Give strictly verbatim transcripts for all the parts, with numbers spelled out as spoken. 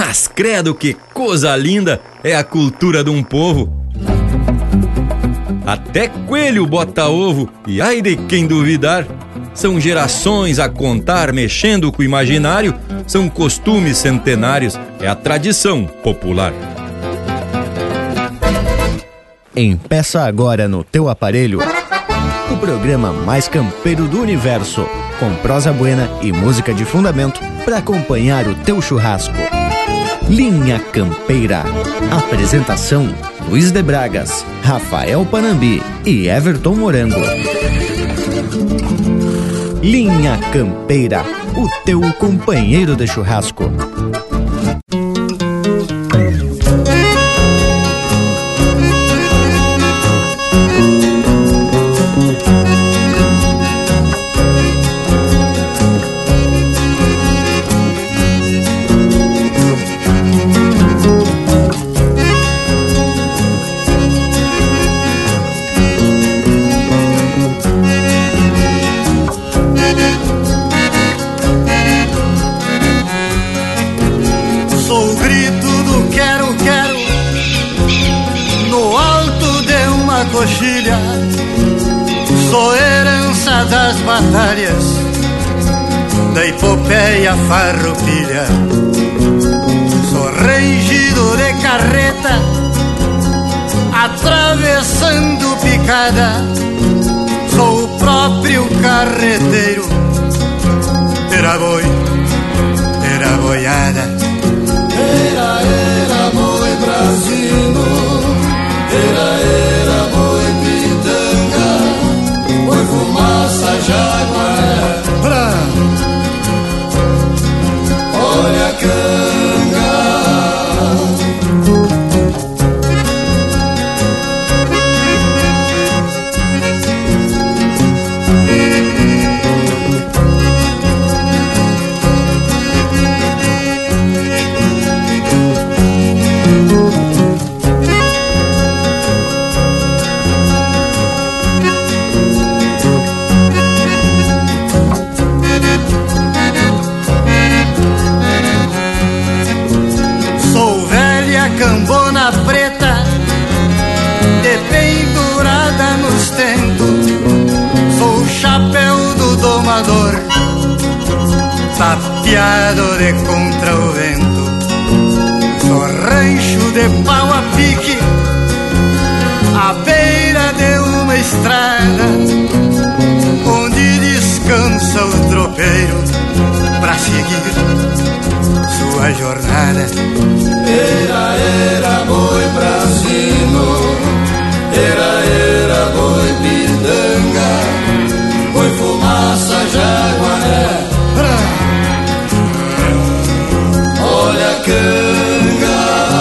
Mas credo que coisa linda é a cultura de um povo. Até coelho bota ovo, e ai de quem duvidar. São gerações a contar, mexendo com o imaginário. São costumes centenários, é a tradição popular. Empeça agora no teu aparelho o programa mais campeiro do universo, com prosa buena e música de fundamento para acompanhar o teu churrasco. Linha Campeira. Apresentação: Luiz de Bragas, Rafael Panambi e Everton Morango. Linha Campeira, o teu companheiro de churrasco. Sou herança das batalhas, da epopeia farroupilha. Sou rangido de carreta, atravessando picada. Sou o próprio carreteiro, era boi, era boiada. Era, era boi brasino, era, era boi pitanga, boi fumaça jaguaré. Olha a canga. Cambona preta, de pendurada nos tentos. Sou o chapéu do domador, tapeado de contra o vento. Sou rancho de pau a pique, à beira de uma estrada, onde descansa o tropeiro pra seguir sua jornada. Era, era boi brasino, era, era boi pitanga, boi fumaça jaguaré. Olha a canga.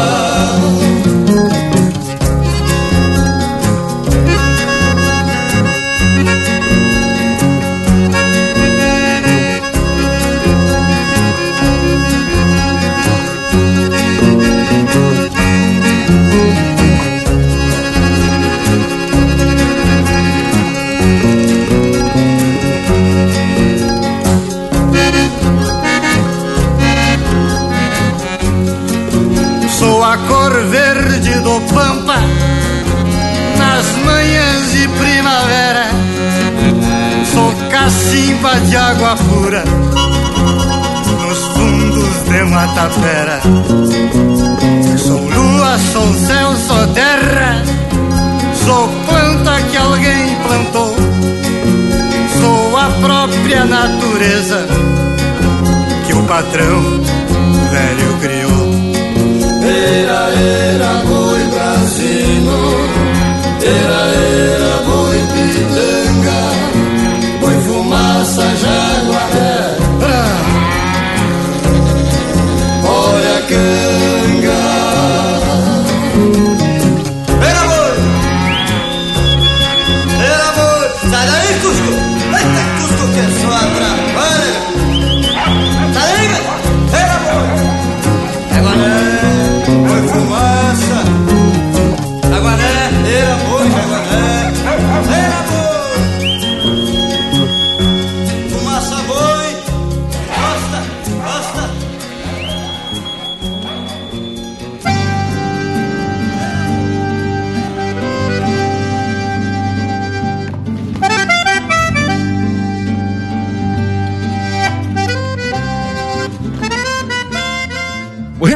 A cor verde do pampa nas manhãs de primavera. Sou cacimba de água pura nos fundos de Matapera. Sou lua, sou céu, sou terra, sou planta que alguém plantou. Sou a própria natureza que o patrão velho criou. Era, era boi brasino, era, era boi pitanga, boi fumaça jaguaré. Olha a canga. Era boi, era boi. Sai daí, Cusco. Eita, Cusco que só atrapalha. Sai daí, era boi.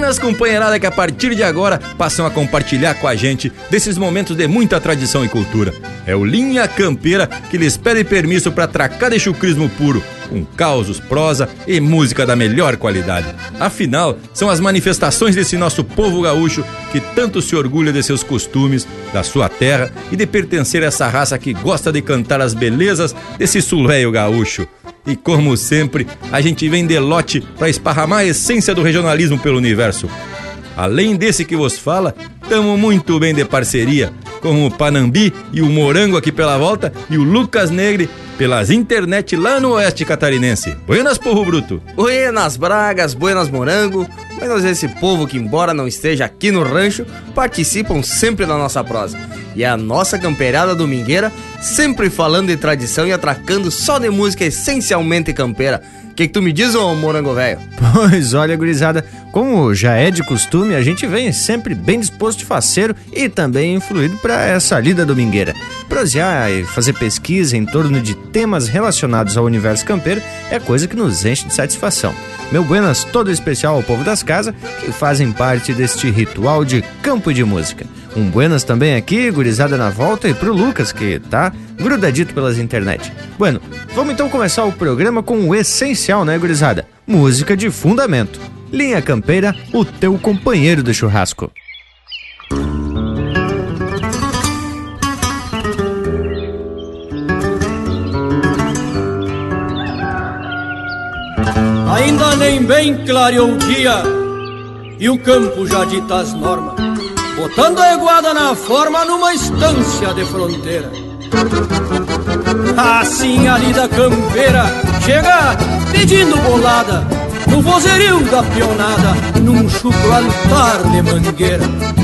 Buenas, companheirada, que a partir de agora passam a compartilhar com a gente desses momentos de muita tradição e cultura. É o Linha Campeira que lhes pede permisso para atracar de chucrismo puro, com causos, prosa e música da melhor qualidade. Afinal, são as manifestações desse nosso povo gaúcho que tanto se orgulha de seus costumes, da sua terra e de pertencer a essa raça que gosta de cantar as belezas desse sul-véio gaúcho. E como sempre, a gente vem de lote para esparramar a essência do regionalismo pelo universo. Além desse que vos fala, tamo muito bem de parceria, com o Panambi e o Morango aqui pela volta e o Lucas Negre pelas internet lá no oeste catarinense. Buenas, povo bruto! Buenas Bragas, buenas Morango, menos esse povo que, embora não esteja aqui no rancho, participam sempre da nossa prosa. E a nossa campeirada domingueira, sempre falando de tradição e atracando só de música essencialmente campeira. O que, que tu me diz, ô Morango velho? Pois olha, gurizada, como já é de costume, a gente vem sempre bem disposto e faceiro e também influído para essa lida domingueira. Prosear e fazer pesquisa em torno de temas relacionados ao universo campeiro é coisa que nos enche de satisfação. Meu buenas todo especial ao povo das casas que fazem parte deste ritual de campo e de música. Um buenas também aqui, gurizada na volta, e pro Lucas, que tá grudadito pelas internet. Bueno, vamos então começar o programa com o essencial, né, gurizada? Música de fundamento. Linha Campeira, o teu companheiro do churrasco. Ainda nem bem clareou o dia e o campo já dita as normas, botando a iguada na forma numa estância de fronteira. Assim a lida campeira chega pedindo bolada no vozerio da pionada, num chucro altar de mangueira.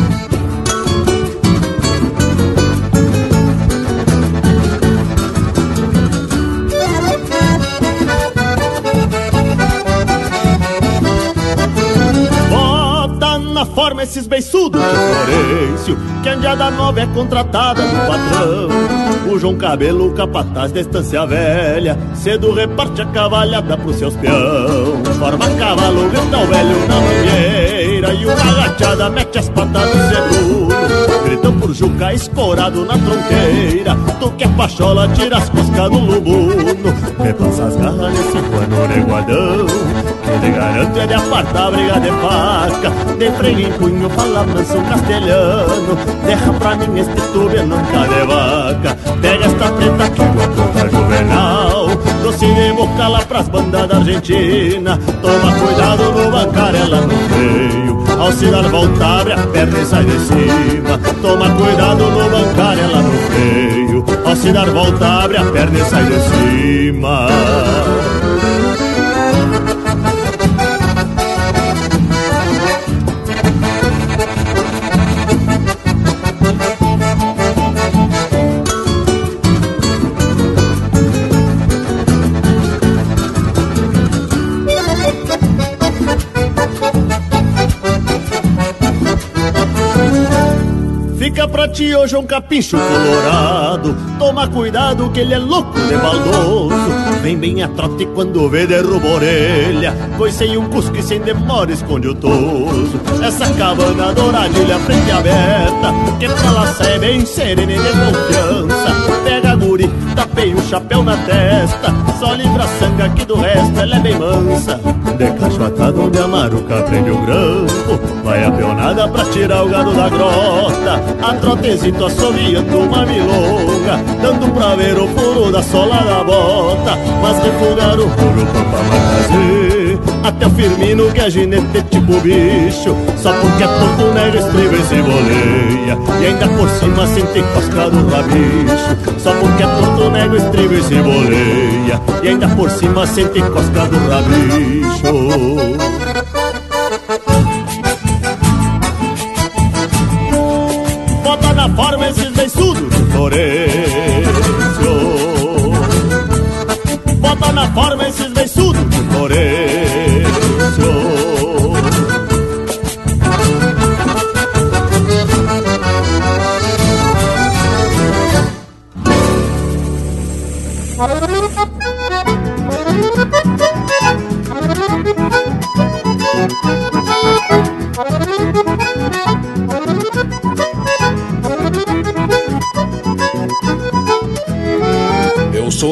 Na forma esses beiçudos de Florencio, que a Andiada Nova é contratada do patrão. O João Cabelo, capataz da estância velha, cedo reparte a cavalhada pros seus peão. Forma cavalo, grita o velho na mangueira, e uma gachada mete as patas no seguro. Gritam por Juca escorado na tronqueira, tu que é pachola, tira as coscas do lubuno. Repassa as garras nesse pano reguadão, que lhe garante é de apartar a briga de faca. De freio em punho, fala manso castelhano, derra pra mim este tube nunca de vaca. Pega esta teta que eu apronta juvenal, doce de boca lá pras bandas da Argentina. Toma cuidado no bancário lá no freio, ao se dar volta abre a perna e sai de cima. Toma cuidado no bancário lá no freio, ao se dar volta abre a perna e sai de cima. Fica pra ti hoje um capincho colorado, toma cuidado que ele é louco de baldoso. Vem bem a trote quando vê derruba a orelha, coicei um cusco e sem demora esconde o toso. Essa cabana douradilha frente aberta, que pra lá sai bem serena e de confiança. Pega a guri, tapei o chapéu na testa, só livra a sanga que do resto ela é bem mansa. De cachotada onde a maruca prende o grampo, vai a peonada pra tirar o gado da grota. A trotezito assoviando uma milonga, dando pra ver o furo da sola da bota. Mas refugar o furo pra fazer até o Firmino que é ginete tipo bicho, só porque é Porto Negro estriba e se boleia, e ainda por cima sente cosca do rabicho. Só porque é Porto Negro estriba e se boleia, e ainda por cima sente cosca do rabicho. Bota na forma esses beiçudos de Florencio, bota na forma esses beiçudos de Florencio.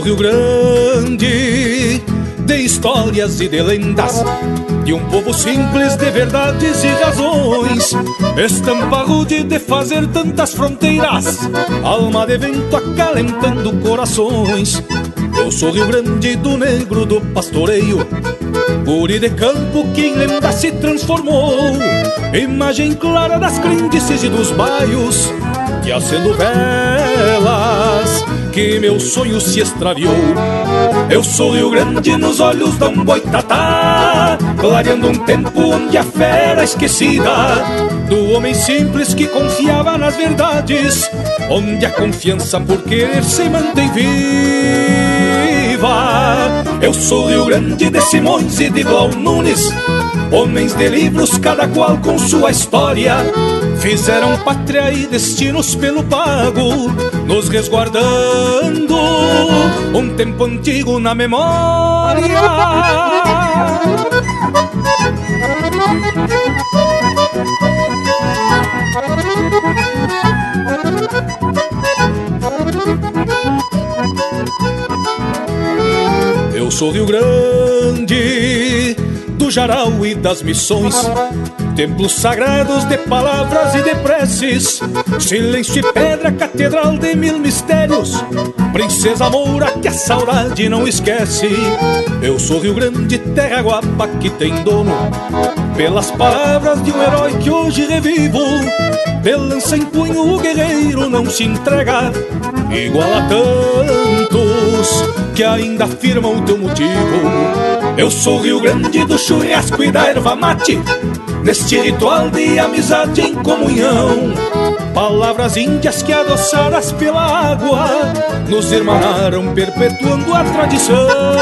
Rio Grande, de histórias e de lendas, de um povo simples de verdades e razões, estampa rude de fazer tantas fronteiras, alma de vento acalentando corações. Eu sou Rio Grande do negro do pastoreio, guri de campo que em lenda se transformou, imagem clara das crendices e dos baios, que acendo velas que meu sonho se extraviou. Eu sou Rio Grande nos olhos de um boitatá, clareando um tempo onde a fé era esquecida, do homem simples que confiava nas verdades, onde a confiança por querer se mantém viva. Eu sou Rio Grande de Simões e de Glau Nunes, homens de livros, cada qual com sua história, fizeram pátria e destinos pelo pago, nos resguardando um tempo antigo na memória. Eu sou Rio Grande do Jaral e das Missões, templos sagrados de palavras e de preces, silêncio e pedra, catedral de mil mistérios, princesa moura que a saudade não esquece. Eu sou Rio Grande, terra guapa que tem dono, pelas palavras de um herói que hoje revivo, de lança em punho o guerreiro não se entrega, igual a tantos que ainda afirmam o teu motivo. Eu sou Rio Grande do churrasco e da erva mate, neste ritual de amizade em comunhão, palavras índias que adoçadas pela água nos irmanaram perpetuando a tradição.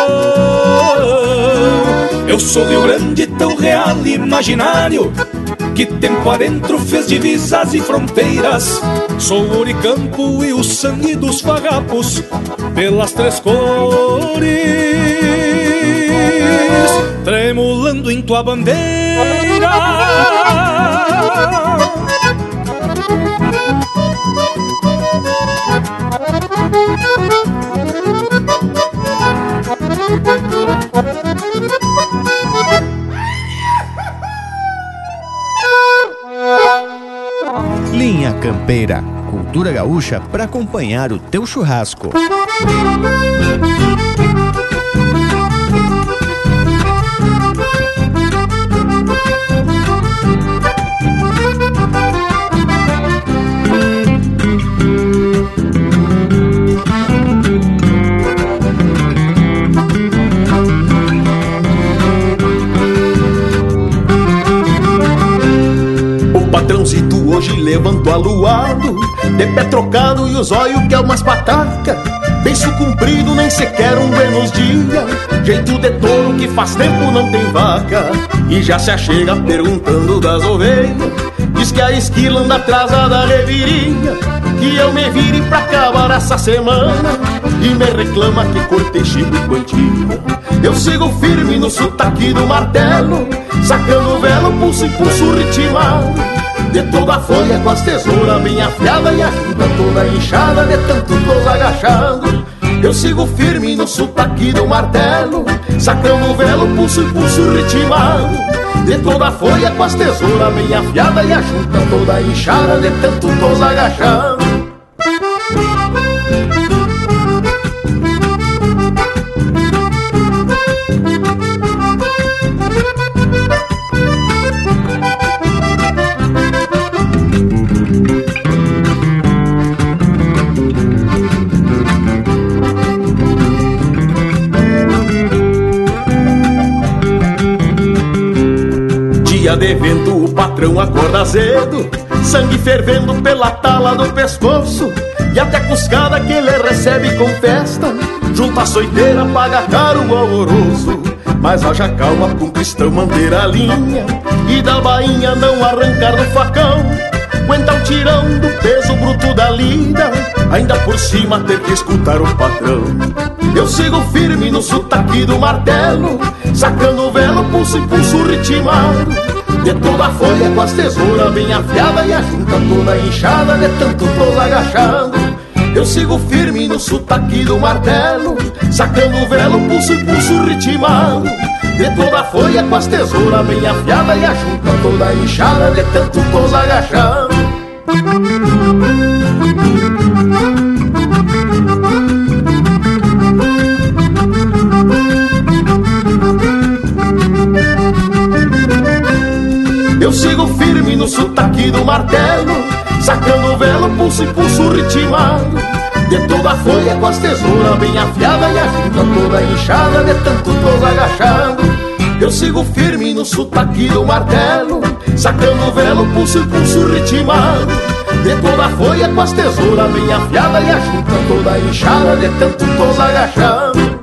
Eu sou Rio Grande tão real e imaginário, que tempo adentro fez divisas e fronteiras. Sou Oricampo e o sangue dos farrapos pelas três cores, tremulando em tua bandeira. Linha Campeira, cultura gaúcha para acompanhar o teu churrasco. Patrãozito hoje levantou aluado, de pé trocado e os olhos que é umas patacas, beiço comprido, nem sequer um Buenos dia, jeito de touro que faz tempo não tem vaca, e já se achega perguntando das ovelhas, diz que a esquila anda atrasada reviria, que eu me vire pra acabar essa semana, e me reclama que cortei chico e quantia. Eu sigo firme no sotaque do martelo, sacando o velo, pulso e pulso ritmado, de toda a folha com as tesouras bem afiada e a junta toda inchada de tanto tô agachado. Eu sigo firme no sotaque do martelo, sacando o velo, pulso e pulso ritmado, de toda a folha com as tesouras bem afiada e a junta toda inchada de tanto tô agachado. Dia de vento o patrão acorda cedo, sangue fervendo pela tala do pescoço, e até cuscada que ele recebe com festa, junta a soiteira, paga caro o alvoroço. Mas haja calma com cristão manter a linha, e da bainha não arrancar do facão, aguenta o tirão do peso bruto da lida, ainda por cima ter que escutar o patrão. Eu sigo firme no sotaque do martelo, sacando o velo, pulso e pulso ritmado, de toda a folha com as tesouras bem afiada e a junta toda inchada de tanto tô agachado. Eu sigo firme no sotaque do martelo, sacando o velo, pulso e pulso ritmado. De toda a folha com as tesouras bem afiada e a junta toda inchada de tanto pôs agachado. Eu sigo firme no sotaque do martelo, sacando o velo, pulso e pulso ritmado. De toda a folha com as tesouras bem afiada e a junta toda inchada de tanto pôs agachado. Eu sigo firme no sotaque do martelo, sacando o velo, pulso e pulso ritmado. De toda a folha com as tesouras bem afiada e a junta toda inchada de tanto pôs agachado.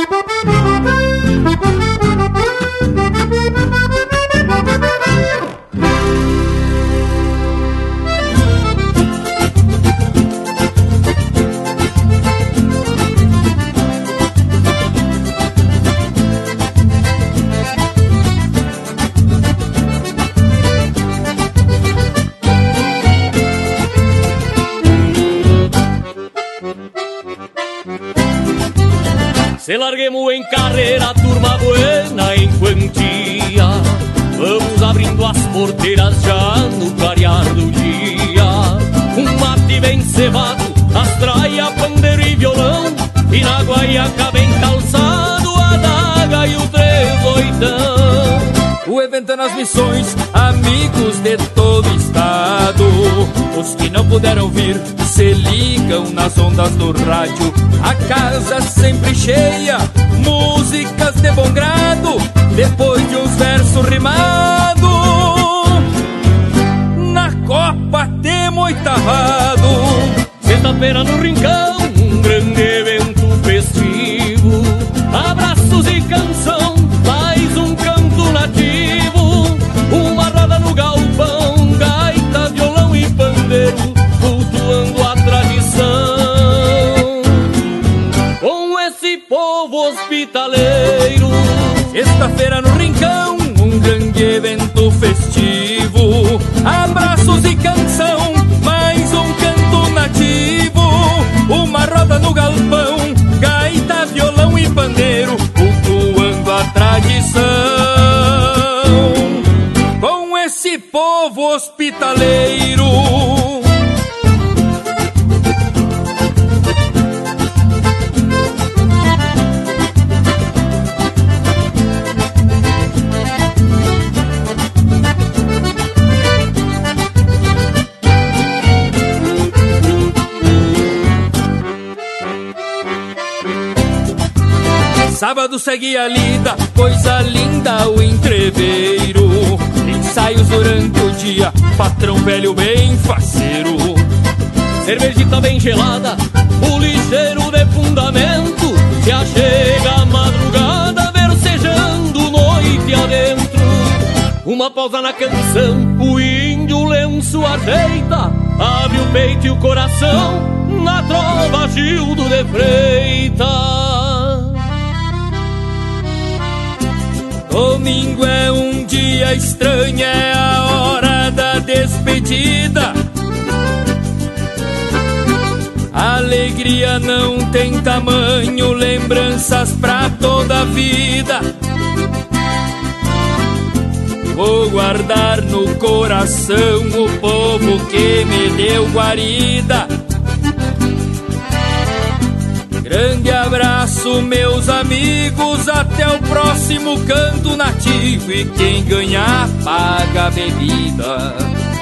Se larguemos em carreira, turma buena em quantia. Vamos abrindo as porteiras já no clarear do dia. Um mate bem cevado, astraia, pandeiro e violão. E na guaiaca bem calçado, a daga e o três oitão. O evento é nas missões, amigos de todo estado. Os que não puderam vir se ligam nas ondas do rádio. A casa sempre cheia, músicas de bom grado, depois de uns versos rimados. Na Copa temos oitavado. Sexta-feira no Rincão, um grande evento festivo. Abraços e canção, mais um canto nativo. Uma roda no galpão, gaita, violão e pandeiro, cultuando a tradição. Com esse povo hospitaleiro, sexta-feira no Rincão, um grande evento festivo. Abraços e canção, mais um canto nativo. Uma roda no galpão, gaita, violão e pandeiro, cultuando a tradição. Com esse povo hospitaleiro. Sábado segue a lida, coisa linda o entreveiro. Ensaios durante o dia, patrão velho bem faceiro. Cervejita bem gelada, o ligeiro de fundamento. Se achega a madrugada, versejando noite adentro. Uma pausa na canção, o índio o lenço ajeita. Abre o peito e o coração, na trova Gildo de Freitas. Domingo é um dia estranho, é a hora da despedida. A alegria não tem tamanho, lembranças pra toda a vida. Vou guardar no coração o povo que me deu guarida. Grande abraço, meus amigos, até o próximo canto nativo. E quem ganhar, paga a bebida.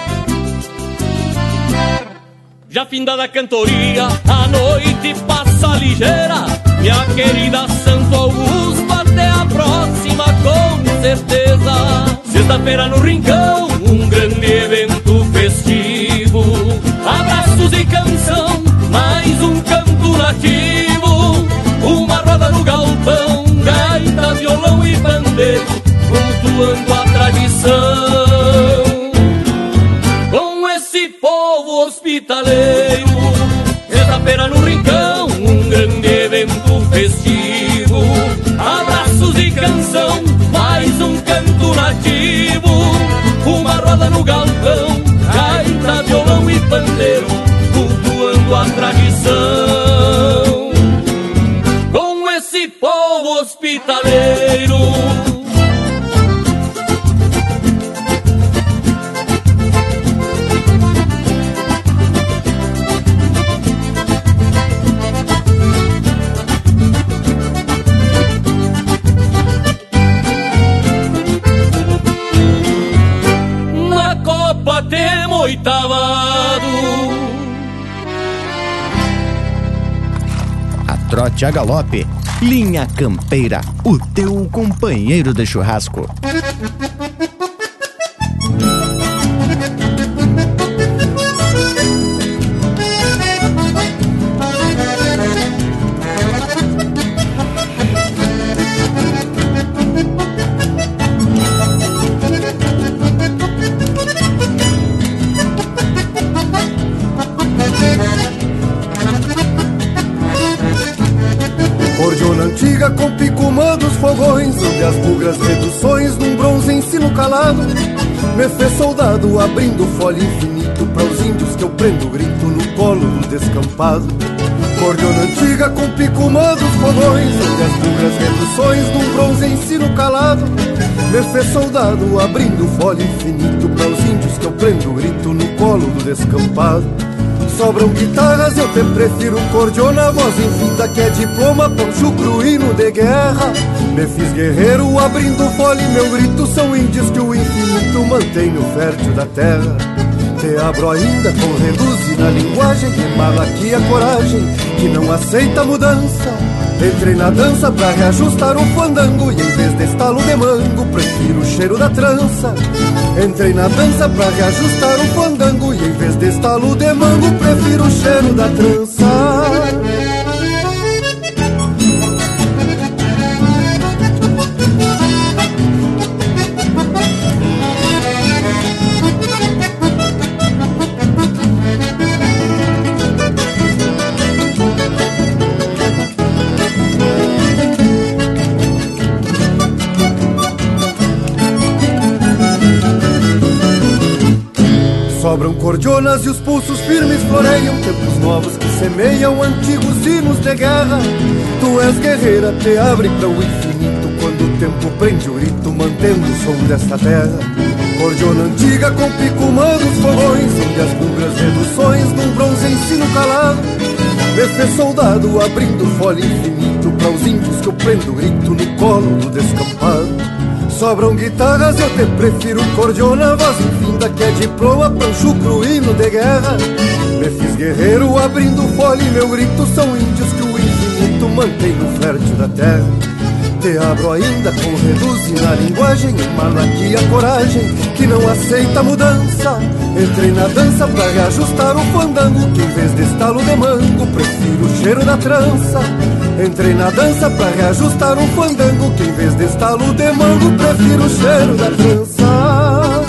Já findada a cantoria, a noite passa ligeira. Minha querida Santo Augusto, até a próxima com certeza. Sexta-feira no Rincão, um grande evento festivo. Abraços e canção, mais um canto nativo. Uma roda no galpão, gaita, violão e pandeiro, cultuando a tradição. Com esse povo hospitaleiro, sexta-feira no Rincão, um grande evento festivo. Abraços e canção, mais um canto nativo. Uma roda no galpão, gaita, violão e pandeiro, cultuando a tradição. tradição. Com esse povo hospitaleiro, temo oitavado. A trote a galope, Linha Campeira, o teu companheiro de churrasco. Cordiona antiga com picumã dos fogões, onde as bugras reduções num bronze ensino calado me fez soldado abrindo folha infinito para os índios que eu prendo grito no colo do descampado. Cordiona antiga com picumã dos fogões, onde as bugras reduções num bronze ensino calado me fez soldado abrindo folha infinito para os índios que eu prendo grito no colo do descampado. Sobram guitarras, eu te prefiro cordiona, voz infinita que é diploma, poncho cruíno de guerra. Me fiz guerreiro abrindo folha e meu grito são índios que o infinito mantém no fértil da terra. Te abro ainda com reduz na linguagem, que mala aqui a coragem, que não aceita mudança. Entrei na dança pra reajustar o fandango, e em vez de estalo de mango, prefiro o cheiro da trança. Entrei na dança pra reajustar o fandango, e em vez de estalo de mango, prefiro o cheiro da trança. Sobram cordionas e os pulsos firmes floreiam tempos novos que semeiam antigos hinos de guerra. Tu és guerreira, te abre para o infinito quando o tempo prende o grito, mantendo o som desta terra. Cordiona antiga com picumã dos fogões, onde as bugras reduções num bronze ensino calado me fez soldado abrindo folha infinito para os índios que eu prendo grito no colo do descampado. Sobram guitarras, eu te prefiro cordiona, voz infinda que é diploma, pancho cruíno de guerra. Me fiz guerreiro abrindo folha e meu grito são índios que o infinito mantém no fértil da terra. Te abro ainda com reduz na linguagem, emana aqui a coragem, que não aceita mudança. Entrei na dança pra reajustar o fandango, que em vez de estalo de mango, prefiro o cheiro da trança. Entrei na dança pra reajustar o fandango, que em vez de estalo de mango, prefiro o cheiro da trança.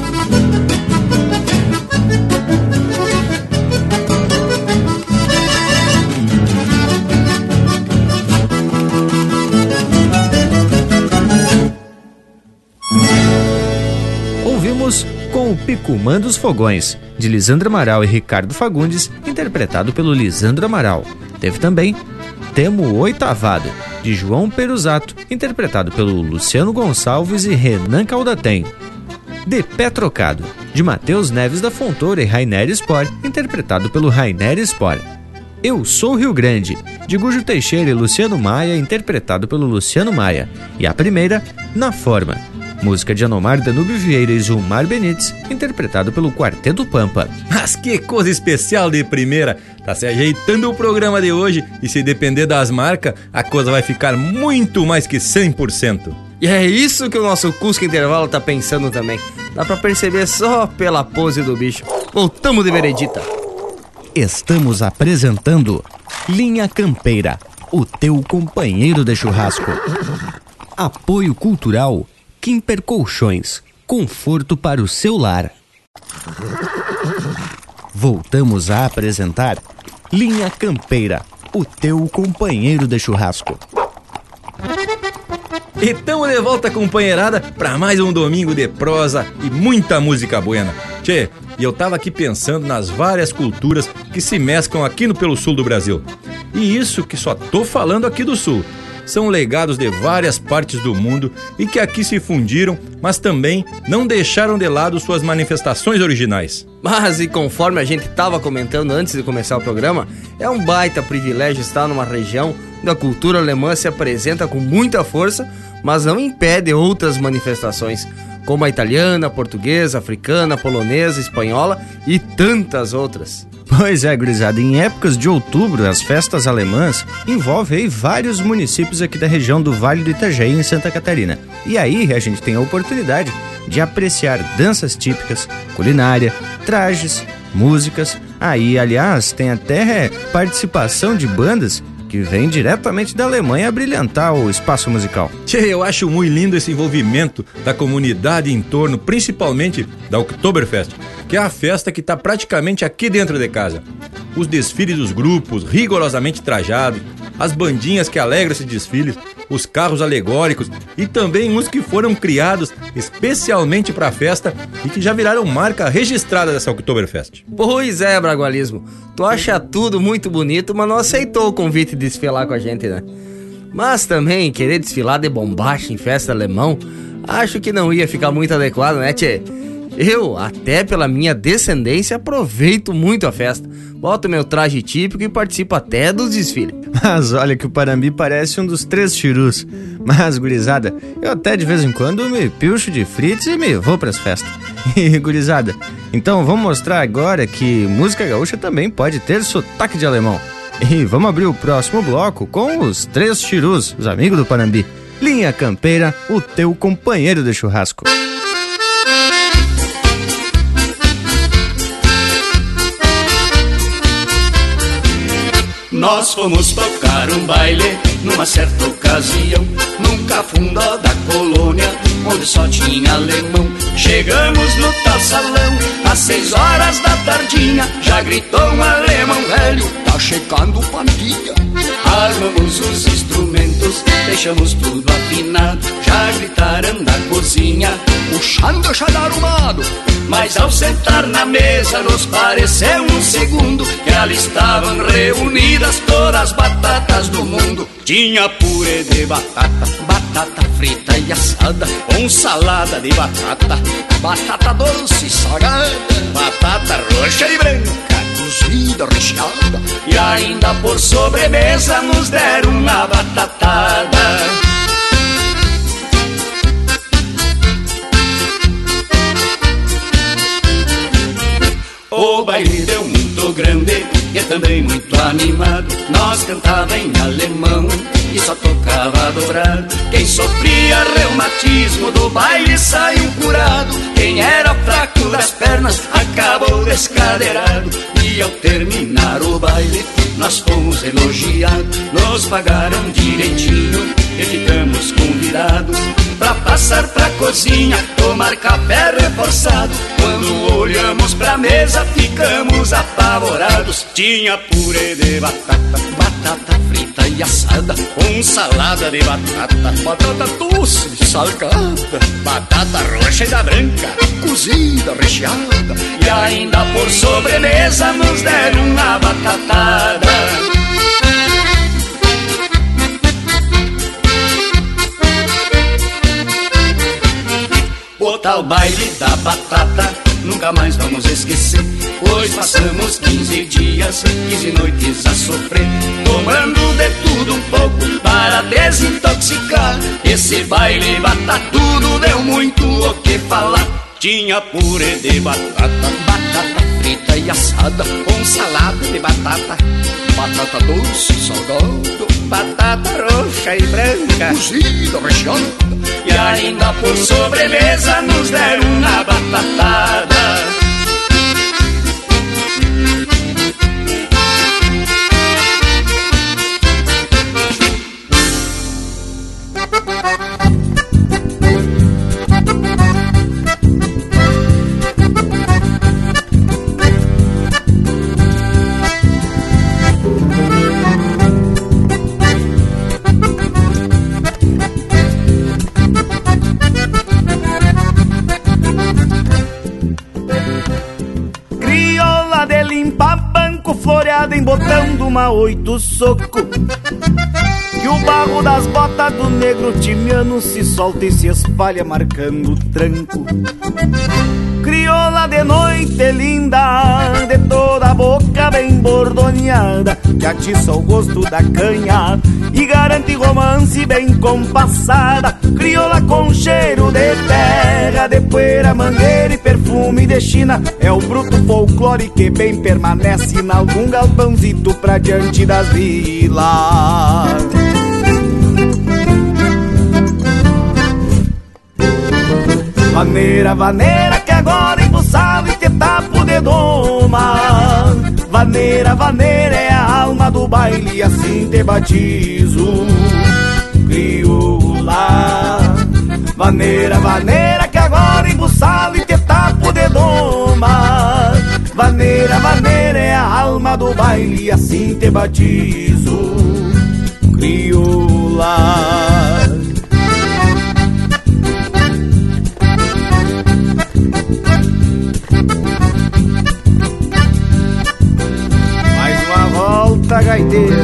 Ouvimos Com o Picumã dos Fogões, de Lisandro Amaral e Ricardo Fagundes, interpretado pelo Lisandro Amaral. Teve também Temo Oitavado, de João Peruzato, interpretado pelo Luciano Gonçalves e Renan Caldatem. De Pé Trocado, de Matheus Neves da Fontoura e Rainer Spor, interpretado pelo Rainer Spor. Eu Sou Rio Grande, de Gujo Teixeira e Luciano Maia, interpretado pelo Luciano Maia. E a primeira, Na Forma, música de Anomar Danúbio Vieira e Gilmar Benites, interpretado pelo Quarteto Pampa. Mas que coisa especial de primeira! Tá se ajeitando o programa de hoje e se depender das marcas, a coisa vai ficar muito mais que cem por cento. E é isso que o nosso Cusco Intervalo tá pensando também. Dá pra perceber só pela pose do bicho. Voltamos de veredita. Estamos apresentando Linha Campeira, o teu companheiro de churrasco. Apoio Cultural Quimper Colchões, conforto para o seu lar. Voltamos a apresentar Linha Campeira, o teu companheiro de churrasco. E tamo de volta, companheirada, para mais um domingo de prosa e muita música buena. Tchê, e eu tava aqui pensando nas várias culturas que se mesclam aqui no pelo sul do Brasil. E isso que só tô falando aqui do sul. São legados de várias partes do mundo e que aqui se fundiram, mas também não deixaram de lado suas manifestações originais. Mas, e conforme a gente estava comentando antes de começar o programa, é um baita privilégio estar numa região onde a cultura alemã se apresenta com muita força, mas não impede outras manifestações, como a italiana, a portuguesa, a africana, a polonesa, a espanhola e tantas outras. Pois é, gurizada, em épocas de outubro, as festas alemãs envolvem aí vários municípios aqui da região do Vale do Itajaí, em Santa Catarina. E aí a gente tem a oportunidade de apreciar danças típicas, culinária, trajes, músicas. Aí, aliás, tem até participação de bandas que vem diretamente da Alemanha a brilhantar o espaço musical. Tchê, eu acho muito lindo esse envolvimento da comunidade em torno, principalmente da Oktoberfest, que é a festa que está praticamente aqui dentro de casa. Os desfiles dos grupos, rigorosamente trajados, as bandinhas que alegram esses desfiles, os carros alegóricos e também uns que foram criados especialmente para a festa e que já viraram marca registrada dessa Oktoberfest. Pois é, Bragualismo, tu acha tudo muito bonito, mas não aceitou o convite de desfilar com a gente, né? Mas também querer desfilar de bombacha em festa alemão, acho que não ia ficar muito adequado, né, tchê? Eu, até pela minha descendência, aproveito muito a festa. Boto meu traje típico e participo até dos desfiles. Mas olha que o Parambi parece um dos três chirus. Mas, gurizada, eu até de vez em quando me pilcho de frites e me vou pras festas. E, gurizada, então vamos mostrar agora que música gaúcha também pode ter sotaque de alemão. E vamos abrir o próximo bloco com os três chirus, os amigos do Parambi. Linha Campeira, o teu companheiro de churrasco. Nós fomos tocar um baile numa certa ocasião, num cafundó da colônia, onde só tinha alemão. Chegamos no tal salão, às seis horas da tardinha, já gritou um alemão velho, tá chegando pandinha. Armamos os instrumentos, deixamos tudo afinado, já gritaram da cozinha, o chão deixa de arrumado. Mas ao sentar na mesa nos pareceu um segundo que ali estavam reunidas todas as batatas do mundo. Tinha purê de batata, batata frita e assada, com salada de batata, batata doce e salgada, batata roxa e branca, cozida, recheada, e ainda por sobremesa nos deram uma batatada. O baile deu muito grande e também muito animado. Nós cantava em alemão e só tocava dobrado. Quem sofria reumatismo do baile saiu curado. Quem era fraco das pernas acabou descadeirado. E ao terminar o baile nós fomos elogiados. Nos pagaram direitinho e ficamos convidados pra passar pra cozinha, tomar café reforçado. Quando olhamos pra mesa ficamos apavorados. Tinha purê de batata, batata frita e assada, com salada de batata, batata doce e salgada, batata roxa e da branca, cozida, recheada, e ainda por sobremesa nos deram uma batatada. O tal baile da batata nunca mais vamos esquecer, pois passamos quinze dias, quinze noites a sofrer, tomando de tudo um pouco para desintoxicar. Esse baile batatudo deu muito o que falar. Tinha purê de batata, batata frita e assada, com salada de batata, batata doce e salgada, batata roxa e branca, cozida, recheada, e ainda por sobremesa nos deram uma batatada. vem botando uma oito soco, que o barro das botas do negro timiano se solta e se espalha marcando o tranco. Crioula de noite linda, de toda a boca bem bordoneada, que atiça o gosto da canha e garante romance bem compassada. Crioula com cheiro de terra, de poeira, mangueira e perfume de China, é o bruto folclore que bem permanece em algum galpãozito pra diante das vilas. Vaneira, vaneira, que agora embuçado e te tapo de doma. Vaneira, vaneira, é a alma do baile e assim te batizo, crioula. Vaneira, vaneira, que agora embuçado e te tapo de doma. Vaneira, vaneira, é a alma do baile e assim te batizo, crioula. Volta, gaiteiro.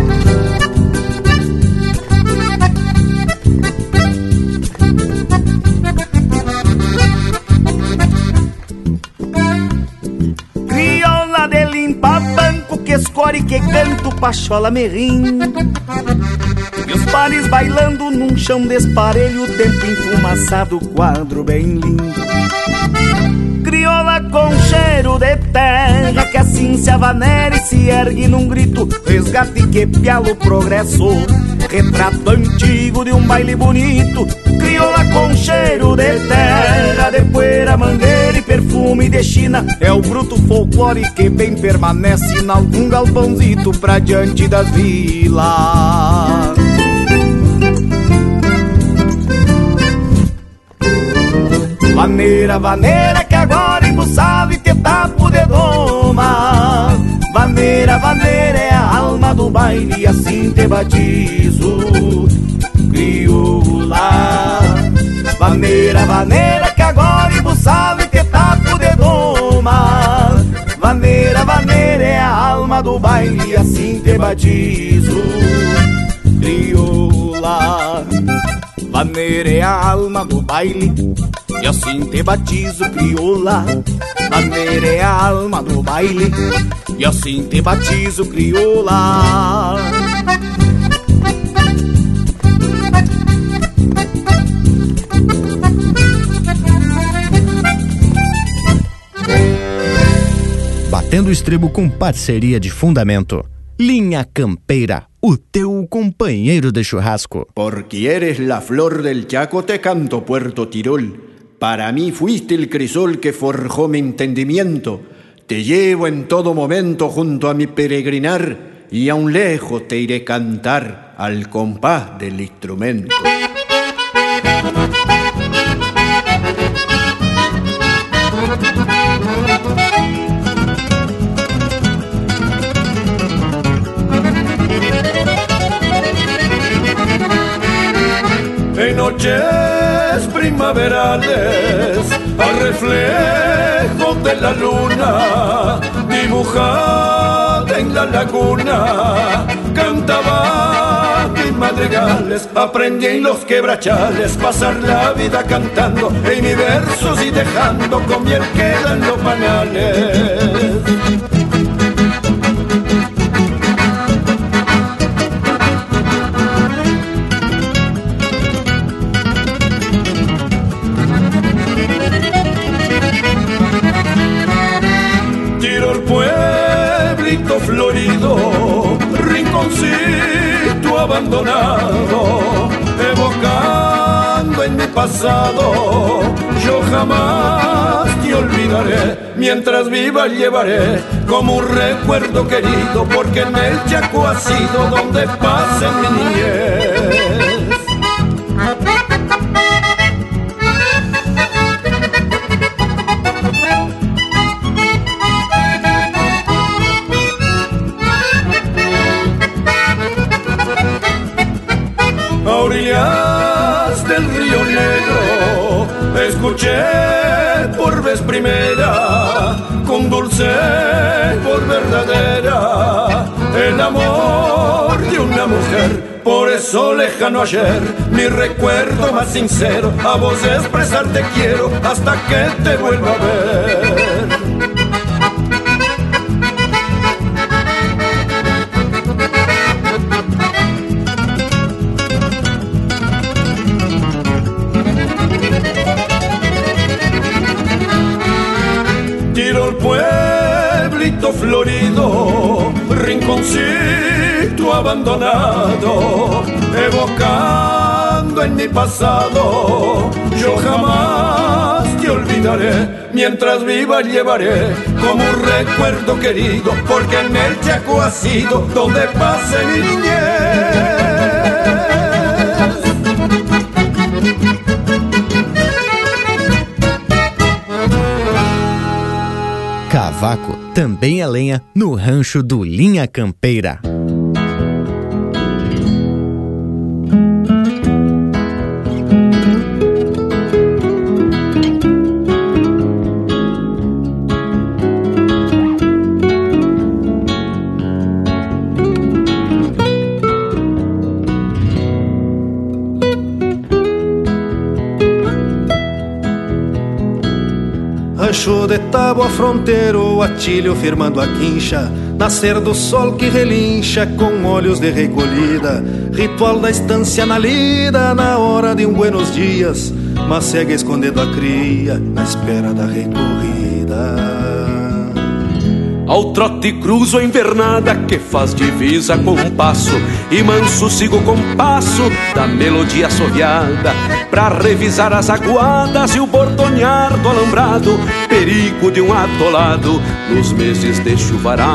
Crioula de limpa banco, que escore, que canto, pachola me rindo, e os pares bailando num chão desparelho, tempo enfumaçado, quadro bem lindo. Crioula com cheiro de terra, que assim se avanera e se ergue num grito, resgate que pialo progresso, retrato antigo de um baile bonito. Crioula com cheiro de terra, de poeira, mangueira e perfume de China, é o bruto folclore que bem permanece em algum galpãozito pra diante das vilas. Vaneira, vaneira, que agora embuçado e te tapo de doma. Vaneira, vaneira, é a alma do baile e assim te batizo, crioula. Vaneira, vaneira, que agora embuçado e te tapo de doma. Vaneira, vaneira, é a alma do baile e assim te batizo, crioula. Vaneira é a alma do baile e assim te batizo, crioula. Vaneira é a alma do baile e assim te batizo, crioula. Batendo o estribo com parceria de fundamento. Linha Campeira, o teu companheiro de churrasco. Porque eres la flor del Chaco, te canto, Puerto Tirol. Para mí fuiste el crisol que forjó mi entendimiento. Te llevo en todo momento junto a mi peregrinar, y aún lejos te iré cantar al compás del instrumento. En noches primaverales, al reflejo de la luna, dibujada en la laguna, cantaba mis madrigales. Aprendí en los quebrachales pasar la vida cantando en mis versos y dejando con miel quedan los panales. Florido, rinconcito abandonado, evocando en mi pasado, yo jamás te olvidaré, mientras viva llevaré como un recuerdo querido, porque en el Chaco ha sido donde pasé mi niñez. A orillas del Río Negro escuché por vez primera, con dulce por verdadera, por eso lejano ayer, mi recuerdo más sincero, a vos expresar te quiero hasta que te vuelva a ver. Tirol, pueblito florido, rinconcito abandonado, evocando en mi pasado, yo jamás te olvidaré, mientras viva llevaré como un recuerdo querido, porque en el Chaco ha sido donde pasé mi niñez. Cavaco também é lenha no rancho do Linha Campeira. Rancho de tábua fronteiro, atilho firmando a quincha, nascer do sol que relincha com olhos de recolhida, ritual da estância na lida na hora de um buenos dias, mas segue escondendo a cria na espera da recorrida. Ao trote cruzo a invernada que faz divisa com um passo, e manso sigo o compasso da melodia assoviada, pra revisar as aguadas e o bordonear do alambrado, perigo de um atolado nos meses de chuvarada.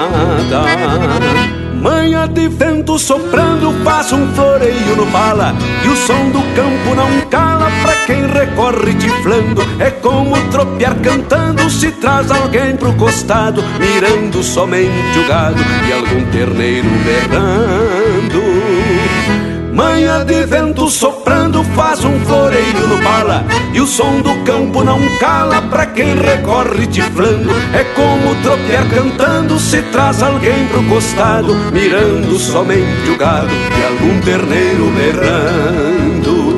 Manha de vento soprando, faz um floreio no pala, e o som do campo não cala pra quem recorre tiflando. É como tropear cantando, se traz alguém pro costado, mirando somente o gado e algum terneiro berrando. Manha de vento soprando, faz um floreio no pala, e o som do campo não cala pra quem recorre tiflando. É como tropear cantando, se traz alguém pro costado, mirando somente o gado e algum terneiro berrando.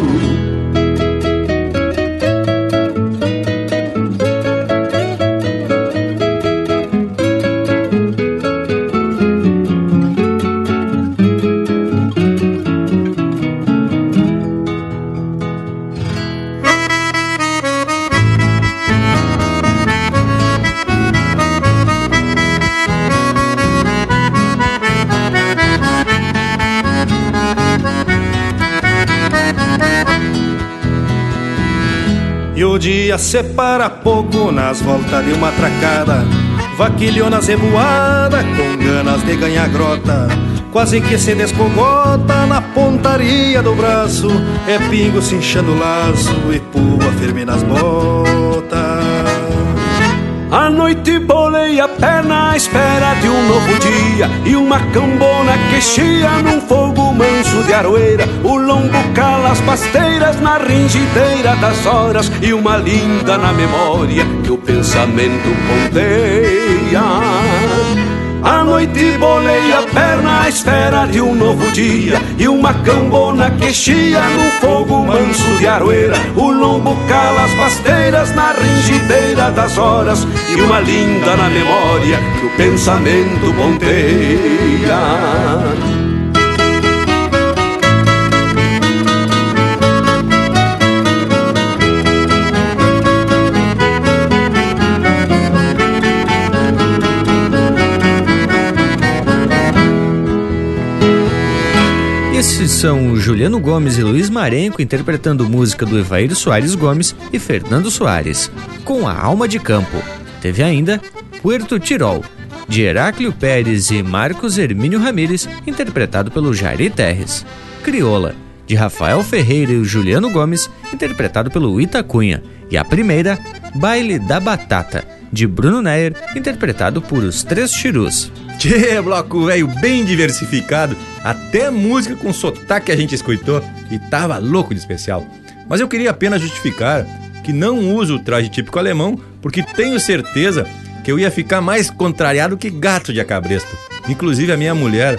O dia separa pouco nas voltas de uma tracada, vaquilhonas revoada com ganas de ganhar grota, quase que se descogota na pontaria do braço, é pingo se inchando o laço e pua firme nas botas. A noite bolei a perna à espera de um novo dia, e uma cambona que chia num fogo manso de aroeira, o lombo cala as pasteiras na ringideira das horas, e uma linda na memória que o pensamento ponteia. A noite bolei a perna à espera de um novo dia, e uma cambona que chia num fogo manso de aroeira, o lombo cala as pasteiras na ringideira das horas, e uma linda na memória que o pensamento ponteia. Esses são Juliano Gomes e Luiz Marenco interpretando música do Evair Soares Gomes e Fernando Soares, com A Alma de Campo. Teve ainda Puerto Tirol, de Heráclio Pérez e Marcos Hermínio Ramírez, interpretado pelo Jairi Terres. Crioula, de Rafael Ferreira e Juliano Gomes, interpretado pelo Ita Cunha. E a primeira, Baile da Batata, de Bruno Neyer, interpretado por Os Três Chirus. Tchê, bloco velho bem diversificado, até música com sotaque a gente escutou e tava louco de especial. Mas eu queria apenas justificar que não uso o traje típico alemão, porque tenho certeza que eu ia ficar mais contrariado que gato de acabresto. Inclusive a minha mulher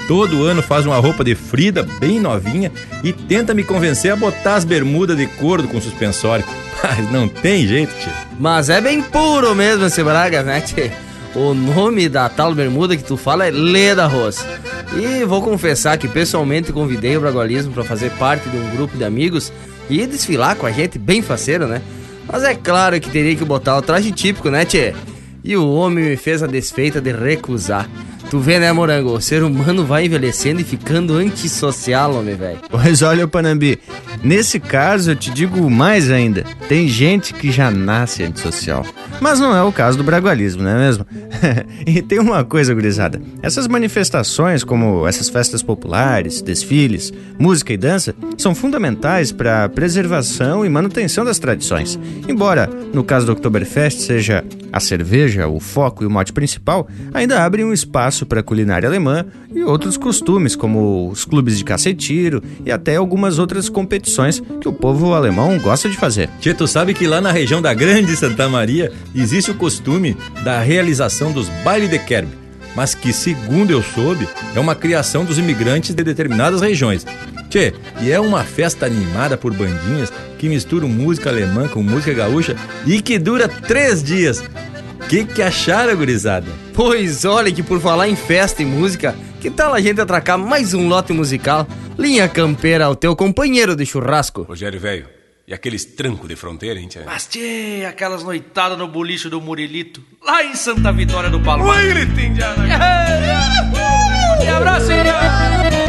todo ano faz uma roupa de Frida bem novinha e tenta me convencer a botar as bermudas de couro com suspensório. Mas não tem jeito, tio. Mas é bem puro mesmo esse Braga, né, tio? O nome da tal bermuda que tu fala é Leda Rosa. E vou confessar que pessoalmente convidei o Bragualismo para fazer parte de um grupo de amigos e desfilar com a gente bem faceiro, né? Mas é claro que teria que botar o traje típico, né, tchê? E o homem me fez a desfeita de recusar. Tu vê, né, Morango? O ser humano vai envelhecendo e ficando antissocial, homem, velho. Pois olha, Panambi, nesse caso eu te digo mais ainda. Tem gente que já nasce antissocial. Mas não é o caso do bragualismo, não é mesmo? E tem uma coisa, gurizada. Essas manifestações, como essas festas populares, desfiles, música e dança, são fundamentais para a preservação e manutenção das tradições. Embora, no caso do Oktoberfest, seja a cerveja, o foco e o mote principal, ainda abrem um espaço para a culinária alemã e outros costumes, como os clubes de caça e tiro e até algumas outras competições que o povo alemão gosta de fazer. Tchê, tu sabe que lá na região da Grande Santa Maria existe o costume da realização dos bailes de Kerb, mas que, segundo eu soube, é uma criação dos imigrantes de determinadas regiões. Tchê, e é uma festa animada por bandinhas que misturam música alemã com música gaúcha e que dura três dias. Que que acharam, gurizada? Pois olha que por falar em festa e música, que tal a gente atracar mais um lote musical? Linha Campeira, o teu companheiro de churrasco. Rogério, velho, e aqueles trancos de fronteira, hein, tia? Mas, tchê, aquelas noitadas no boliche do Murilito, lá em Santa Vitória do Palmar. Oi, gritinho, já. E abraço, hein?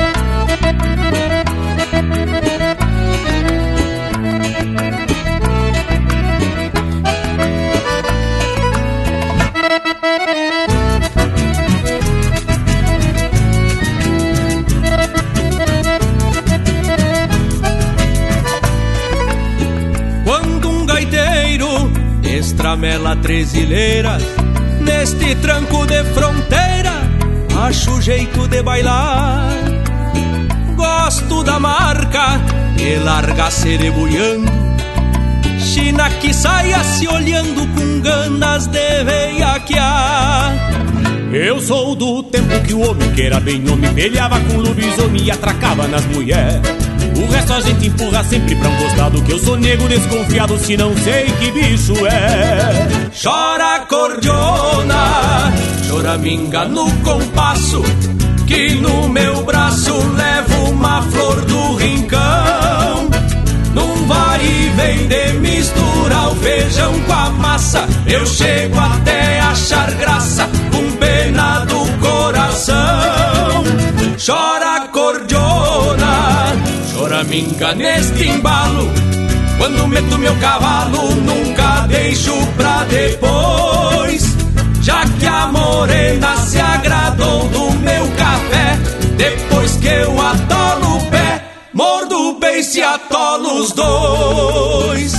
Quando um gaiteiro estramela trezileiras neste tranco de fronteira, acho jeito de bailar. Gosto da marca e larga cerebuiando, China que saia se olhando com ganas de veiaquear. Eu sou do tempo que o homem que era bem homem peleava com lobisomem e atracava nas mulheres. O resto a gente empurra sempre pra um costado, que eu sou nego desconfiado se não sei que bicho é. Chora cordiona, choraminga no compasso, que no meu braço levo uma flor do rincão. Num vai e vem de misturar o feijão com a massa, eu chego até achar graça, com pena do coração. Chora cordiona, choraminga neste embalo, quando meto meu cavalo nunca deixo pra depois. Já que a morena se agradou do meu café, depois que eu atolo o pé, mordo o beiço e atolo os dois.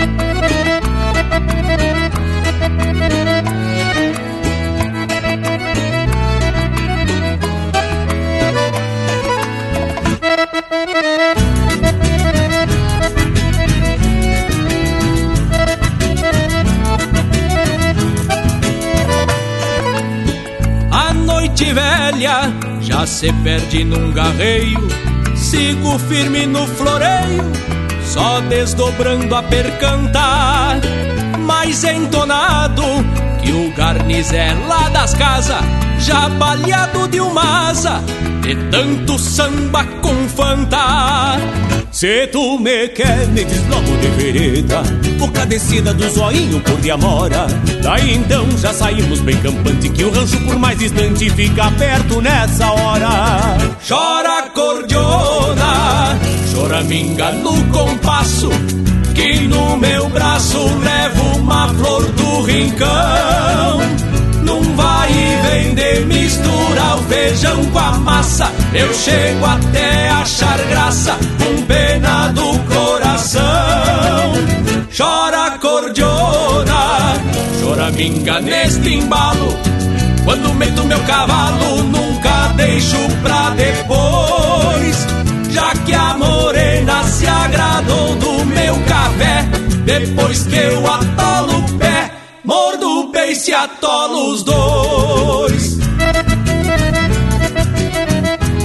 A noite velha já se perde num garreio, sigo firme no floreio, só desdobrando a percantar, mais entonado que o garnizé lá das casas, já baleado de uma asa, de tanto samba com fanta. Se tu me quer, me desloco de vereda, boca descida do zoinho por de amora. Daí então já saímos bem campante, que o rancho por mais distante fica perto nessa hora. Chora cordiona, choraminga no compasso, que no meu braço levo uma flor do rincão. Num vai e vem de misturar o feijão com a massa, eu chego até achar graça, com pena do coração. Chora cordiona, choraminga neste embalo, quando meto meu cavalo nunca deixo pra depois. Já que a morena se agradou do meu café, depois que eu atolo o pé, mordo o beiço e atolo os dois.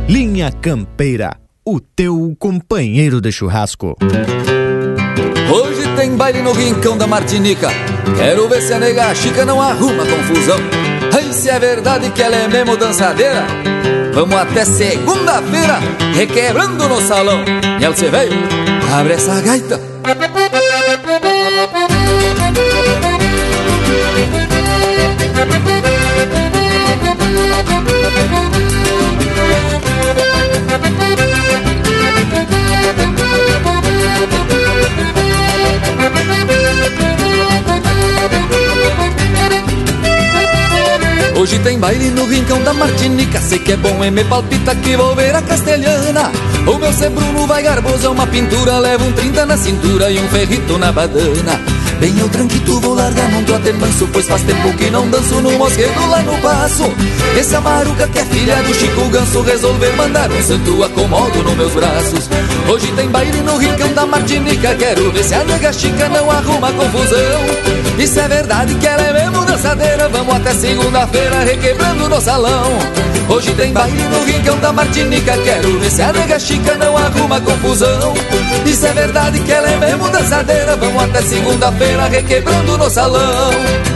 Linha Campeira, o teu companheiro de churrasco. Hoje tem baile no rincão da Martinica. Quero ver se a nega chica não arruma confusão. Ai, se é verdade que ela é mesmo dançadeira, vamos até segunda-feira, requebrando no salão. E ela se veio, abre essa gaita. Hoje tem baile no rincão da Martinica. Sei que é bom e me palpita que vou ver a castelhana. O meu Zé Bruno vai garboso, é uma pintura. Leva um trinta na cintura e um ferrito na badana. Bem eu tranquito, vou largar num trote manso, pois faz tempo que não danço no mosquedo lá no passo. Esse é Maruca que é filha do Chico Ganso, resolver mandar um santo acomodo nos meus braços. Hoje tem baile no rincão da Martinica. Quero ver se a nega chica não arruma confusão. Isso é verdade que ela é mesmo dançadeira, vamos até segunda-feira requebrando no salão. Hoje tem baile no rincão da Martinica. Quero ver se a nega chica não arruma confusão. Isso é verdade que ela é mesmo dançadeira, vamos até segunda-feira requebrando no salão.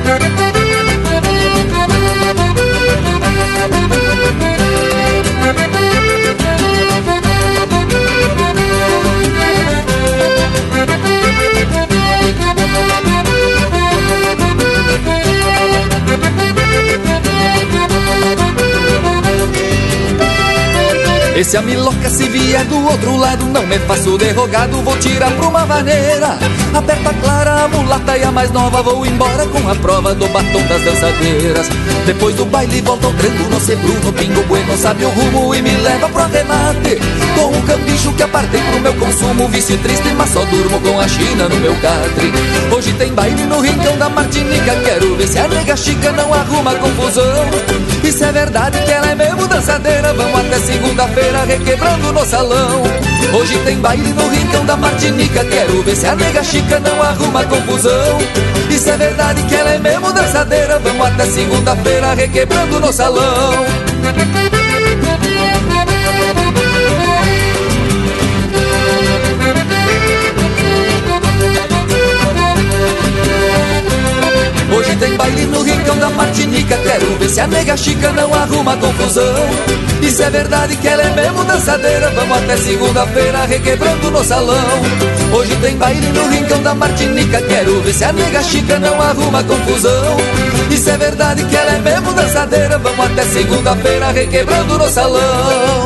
Esse a miloca se vier do outro lado, não me faço derrogado, vou tirar pra uma vaneira. Aperta clara, a mulata e a mais nova, vou embora com a prova do batom das dançadeiras. Depois do baile volta ao tranco, no Zé Bruno, Pingo Bueno sabe o rumo e me leva pro arremate. Com um cambicho que apartei pro meu consumo, vício triste, mas só durmo com a China no meu catre. Hoje tem baile no rincão da Martinica. Quero ver se a nega chica não arruma confusão. Isso é verdade que ela é mesmo dançadeira, vamos até segunda-feira requebrando no salão. Hoje tem baile no rincão da Martinica. Quero ver se a nega chica não arruma confusão. Isso é verdade que ela é mesmo dançadeira, vamos até segunda-feira requebrando no salão. Hoje tem baile no rincão da Martinica. Quero ver se a nega chica não arruma confusão. Isso é verdade que ela é mesmo dançadeira, vamos até segunda-feira requebrando no salão. Hoje tem baile no rincão da Martinica. Quero ver se a nega chica não arruma confusão. Isso é verdade que ela é mesmo dançadeira, vamos até segunda-feira requebrando no salão.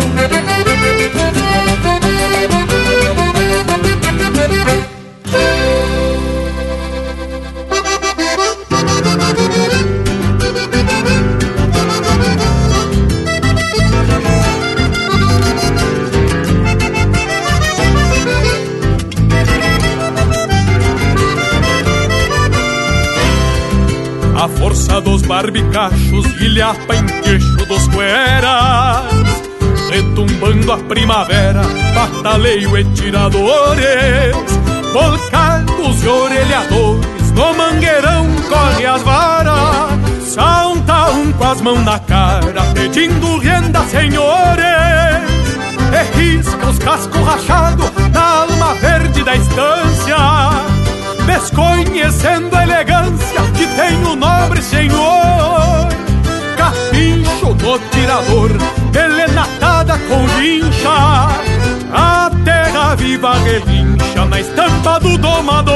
A força dos barbicachos, ilhapa em queixo dos cueras, retumbando a primavera, bataleio e tiradores, volcados e orelhadores, no mangueirão corre as varas, salta um com as mãos na cara, pedindo renda, senhores, e risca os cascos rachados na alma verde da estância, desconhecendo a elegância que tem o nobre senhor. Capincho no tirador, pelenatada com vincha, a terra viva relincha na estampa do domador.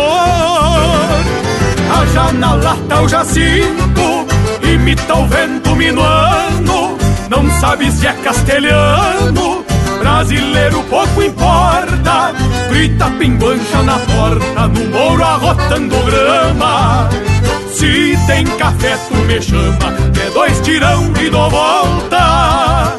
Haja na lata o jacinto, imita o vento minuano, não sabe se é castelhano, brasileiro pouco importa, grita pinguancha na porta, no mouro arrotando grama. Se tem café tu me chama, é dois tirão e dou volta.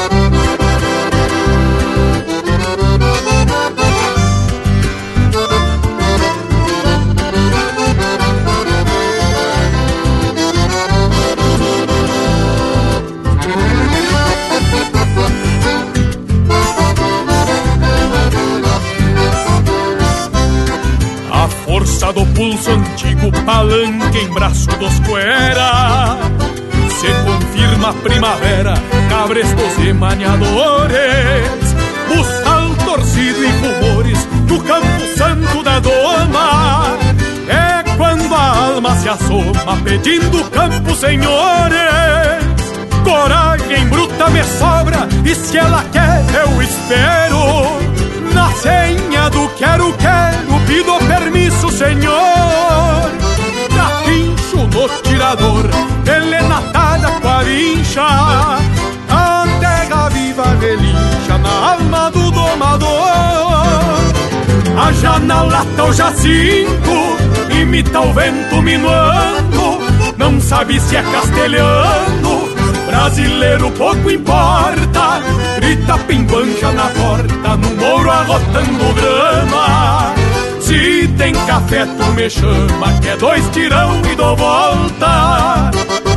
Força do pulso antigo, palanque em braço dos cuera, se confirma a primavera, cabrestos e maniadores, buçal torcido e rumores do campo santo da doma. É quando a alma se assoma pedindo campo, senhores. Coragem bruta me sobra e se ela quer eu espero. Na senha do quero, quero, pido permisso, senhor. Capincho no tirador, elenatada com a vincha. A terra viva relincha na alma do domador. A janela tá o jacinto, imita o vento minuano. Não sabe se é castelhano, brasileiro pouco importa. Grita pimbancha na porta, no mouro arrotando grama. Se tem café tu me chama, que é dois tirão e dou volta.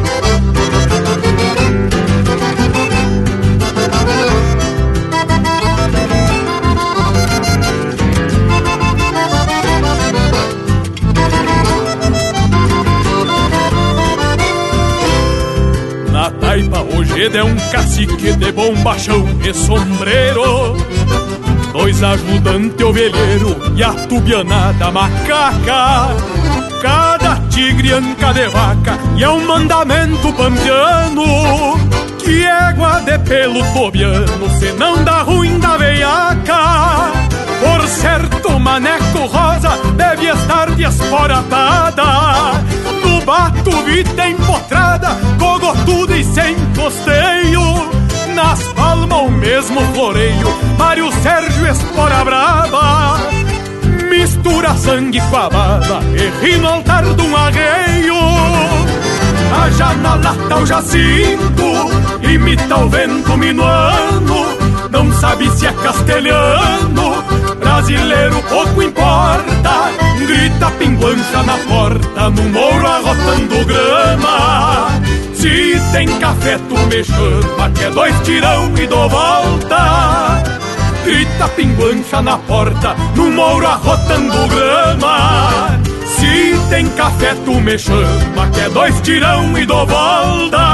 Na taipa hoje é um cacique de bombachão e sombreiro, dois ajudantes ovelheiro e a tubianada macaca. Cada tigre anca de vaca e é um mandamento pampiano, que égua de pelo tobiano se não dá ruim da veiaca. Por certo maneco rosa deve estar desporatada, no bato vita empotrada, cogotuda e sem costeio. Nas palmas o mesmo floreio, Mário Sérgio Espora Brava. Mistura sangue com a baba e ri no altar de um arreio. A janela tá o jacinto, imita o vento minuano. Não sabe se é castelhano, brasileiro pouco importa. Grita pinguancha na porta, no mouro arrotando grama. Se tem café tu me chama, que é dois tirão e dou volta. Grita pinguancha na porta, no mouro arrotando grama. Se tem café tu me chama, que é dois tirão e dou volta.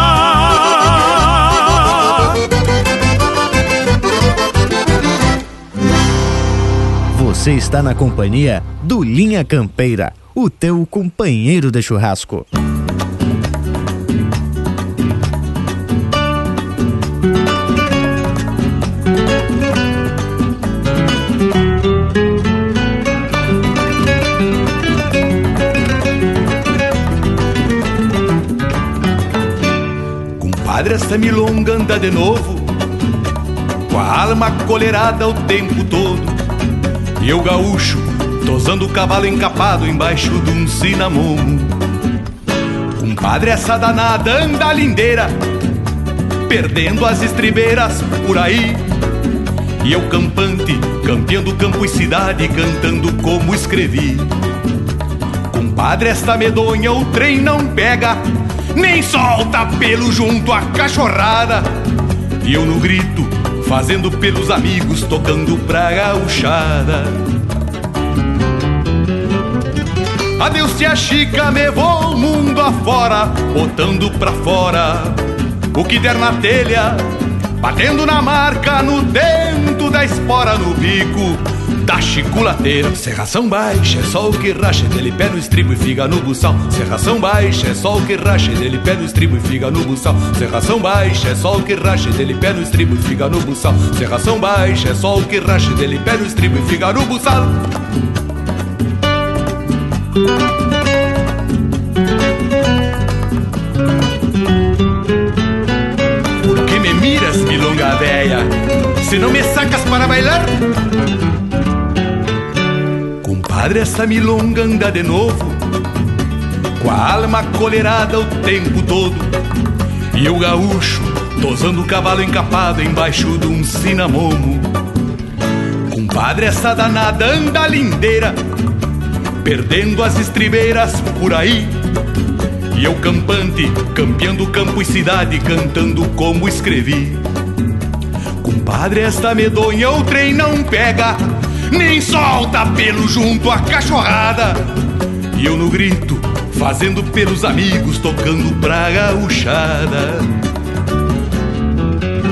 Você está na companhia do Linha Campeira, o teu companheiro de churrasco. Compadre, essa milonga anda de novo, com a alma colerada o tempo todo. E eu gaúcho, tosando o cavalo encapado embaixo de um cinamomo. Compadre, essa danada anda lindeira, perdendo as estribeiras por aí. E eu campante, campeando campo e cidade, cantando como escrevi. Compadre, esta medonha o trem não pega, nem solta pelo junto à cachorrada. E eu no grito, fazendo pelos amigos, tocando pra gauchada. Adeus tia Chica, me vou mundo afora, botando pra fora o que der na telha, batendo na marca, no dentro da espora, no bico da chiculateira. Serração baixa é só o que racha, dele pé no estribo e figa no buçal. Serração baixa é só o que racha, dele pé no estribo e figa no buçal. Serração baixa é só o que racha, dele pé no estribo e figa no buçal. Serração baixa é só o que racha, dele pé no estribo e figa no buçal. Por que me miras, milonga véia, se não me sacas para bailar? Compadre, essa milonga anda de novo, com a alma colerada o tempo todo. E eu gaúcho, tosando o cavalo encapado embaixo de um cinamomo. Compadre, essa danada anda lindeira, perdendo as estribeiras por aí. E eu campante, campeando campo e cidade, cantando como escrevi. Compadre, esta medonha o trem não pega, nem solta pelo junto à cachorrada. E eu no grito, fazendo pelos amigos, tocando pra gauchada.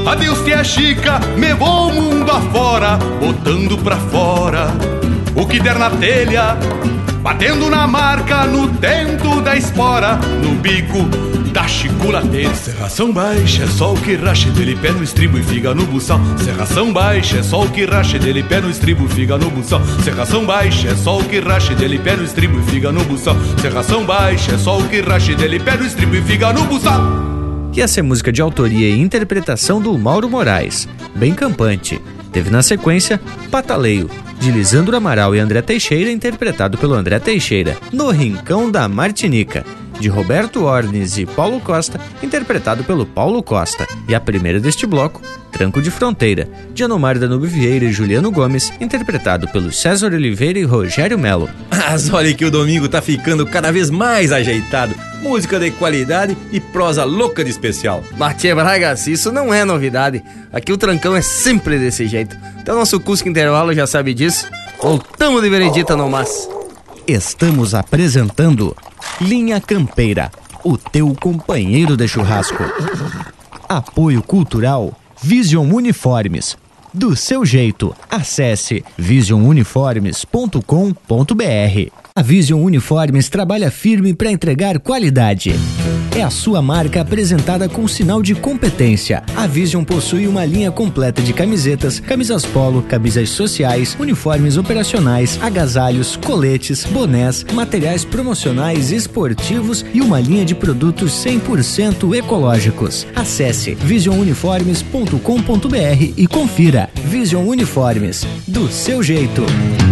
Adeus tia Chica, me vou mundo afora, botando pra fora o que der na telha, batendo na marca, no tento da espora, no bico da chiculateira. Serração baixa é só o que racha dele, pé no estribo e figa no buçal. Serração baixa é só o que racha dele, pé no estribo e figa no buçal. Serração baixa é só o que racha dele, pé no estribo e figa no buçal. Serração baixa é só o que racha dele, pé no estribo e figa no buçal. E essa é música de autoria e interpretação do Mauro Moraes, bem campante. Teve na sequência Pataleio, de Lisandro Amaral e André Teixeira, interpretado pelo André Teixeira. No Rincão da Martinica, de Roberto Ornes e Paulo Costa, interpretado pelo Paulo Costa. E a primeira deste bloco, Tranco de Fronteira, de Anomar Danube Vieira e Juliano Gomes, interpretado pelos César Oliveira e Rogério Melo. Mas olha que o domingo tá ficando cada vez mais ajeitado. Música de qualidade e prosa louca de especial. Matia Bragas, isso não é novidade. Aqui o trancão é sempre desse jeito. Então nosso Cusco Intervalo já sabe disso. Voltamos de veredita no mas. Estamos apresentando Linha Campeira, o teu companheiro de churrasco. Apoio Cultural Vision Uniformes. Do seu jeito, acesse vision uniformes ponto com ponto b r. A Vision Uniformes trabalha firme para entregar qualidade. É a sua marca apresentada com sinal de competência. A Vision possui uma linha completa de camisetas, camisas polo, camisas sociais, uniformes operacionais, agasalhos, coletes, bonés, materiais promocionais esportivos e uma linha de produtos cem por cento ecológicos. Acesse vision uniformes ponto com ponto b r e confira. Vision Uniformes, do seu jeito.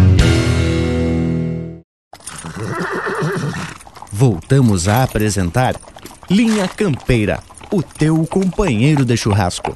Voltamos a apresentar Linha Campeira, o teu companheiro de churrasco.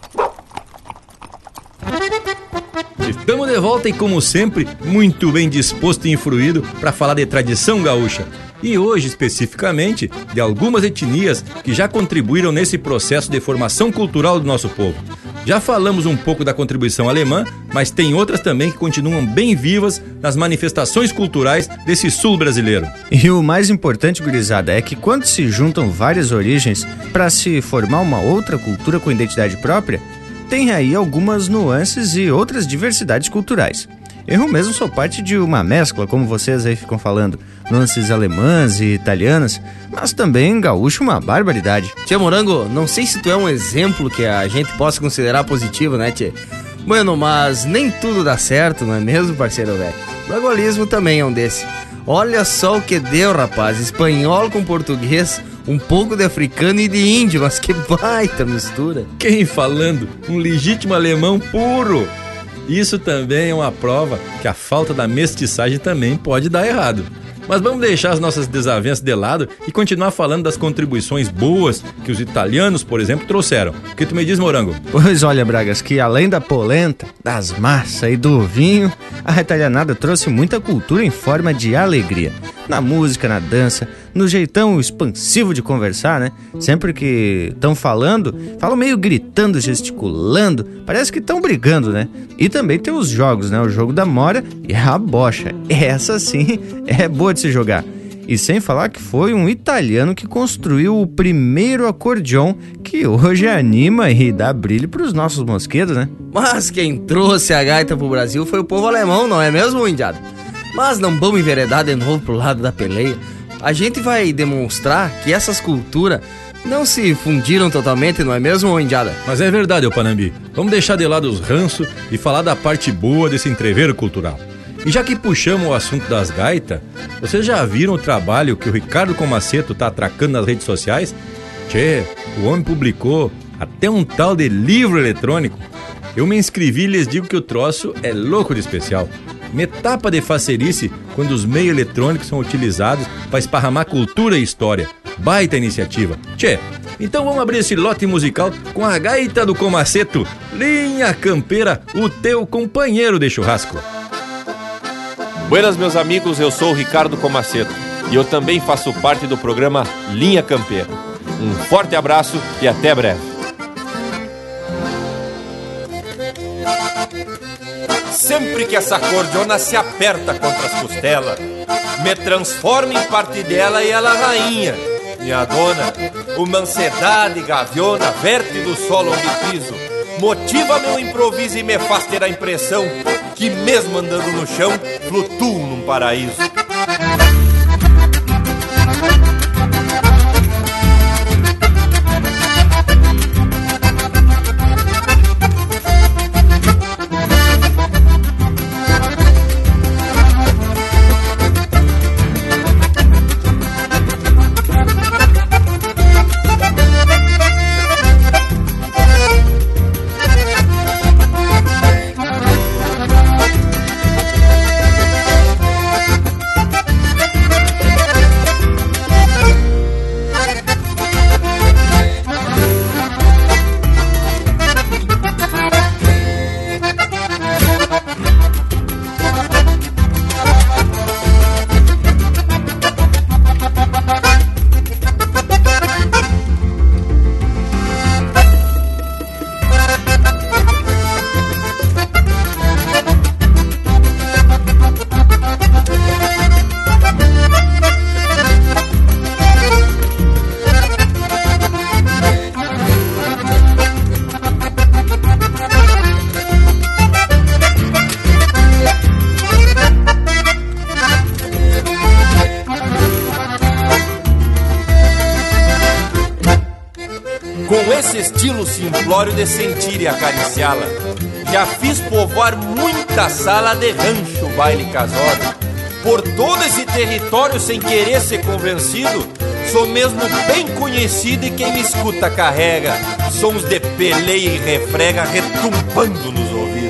Estamos de volta e, como sempre, muito bem disposto e influído para falar de tradição gaúcha. E hoje, especificamente, de algumas etnias que já contribuíram nesse processo de formação cultural do nosso povo. Já falamos um pouco da contribuição alemã, mas tem outras também que continuam bem vivas nas manifestações culturais desse sul brasileiro. E o mais importante, gurizada, é que quando se juntam várias origens para se formar uma outra cultura com identidade própria, tem aí algumas nuances e outras diversidades culturais. Eu mesmo sou parte de uma mescla, como vocês aí ficam falando, nuances alemãs e italianas, mas também gaúcho uma barbaridade. Tia Morango, não sei se tu é um exemplo que a gente possa considerar positivo, né, tia? Mano, mas nem tudo dá certo, não é mesmo, parceiro velho? O bragualismo também é um desse. Olha só o que deu, rapaz, espanhol com português, um pouco de africano e de índio, mas que baita mistura. Quem falando? Um legítimo alemão puro. Isso também é uma prova que a falta da mestiçagem também pode dar errado. Mas vamos deixar as nossas desavenças de lado e continuar falando das contribuições boas que os italianos, por exemplo, trouxeram. O que tu me diz, Morango? Pois olha, Bragas, que além da polenta, das massas e do vinho, a italianada trouxe muita cultura em forma de alegria. Na música, na dança, no jeitão expansivo de conversar, né? Sempre que estão falando, falam meio gritando, gesticulando, parece que estão brigando, né? E também tem os jogos, né? O jogo da mora e a bocha. Essa sim é boa de se jogar. E sem falar que foi um italiano que construiu o primeiro acordeon que hoje anima e dá brilho para os nossos mosquedos, né? Mas quem trouxe a gaita pro Brasil foi o povo alemão, não é mesmo, indiado? Mas não vamos enveredar de novo pro lado da peleia. A gente vai demonstrar que essas culturas não se fundiram totalmente, não é mesmo, indiada? Mas é verdade, ô Panambi. Vamos deixar de lado os ranços e falar da parte boa desse entreveiro cultural. E já que puxamos o assunto das gaitas, vocês já viram o trabalho que o Ricardo Comaceto tá atracando nas redes sociais? Tchê, o homem publicou até um tal de livro eletrônico. Eu me inscrevi e lhes digo que o troço é louco de especial. Me tapa de facerice quando os meios eletrônicos são utilizados para esparramar cultura e história. Baita iniciativa. Tchê, então vamos abrir esse lote musical com a gaita do Comaceto. Linha Campeira, o teu companheiro de churrasco. Buenas, meus amigos, eu sou o Ricardo Comaceto e eu também faço parte do programa Linha Campeira. Um forte abraço e até breve. Sempre que essa cordiona se aperta contra as costelas, me transforma em parte dela e ela rainha. Minha dona, uma ansiedade gaviona verte do solo onde piso, motiva meu improviso e me faz ter a impressão que mesmo andando no chão, flutuo num paraíso. Simplório de sentir e acariciá-la. Já fiz povoar muita sala de rancho, baile casório. Por todo esse território, sem querer ser convencido, sou mesmo bem conhecido e quem me escuta carrega sons de peleia e refrega retumbando nos ouvidos.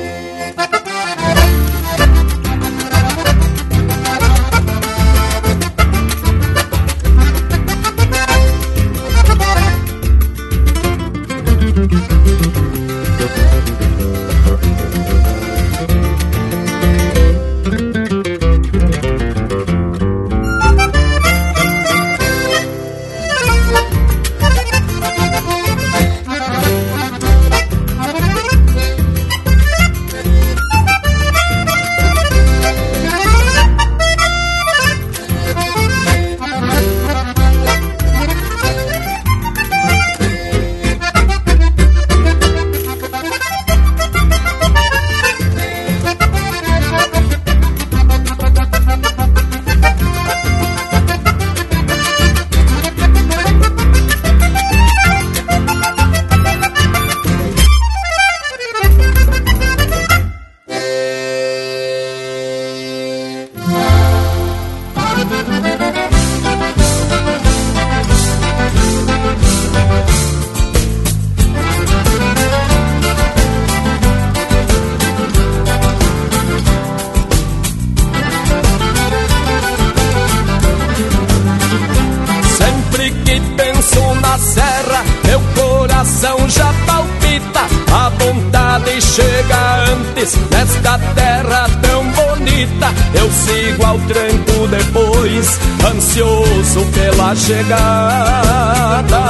Nesta terra tão bonita, eu sigo ao tranco depois, ansioso pela chegada.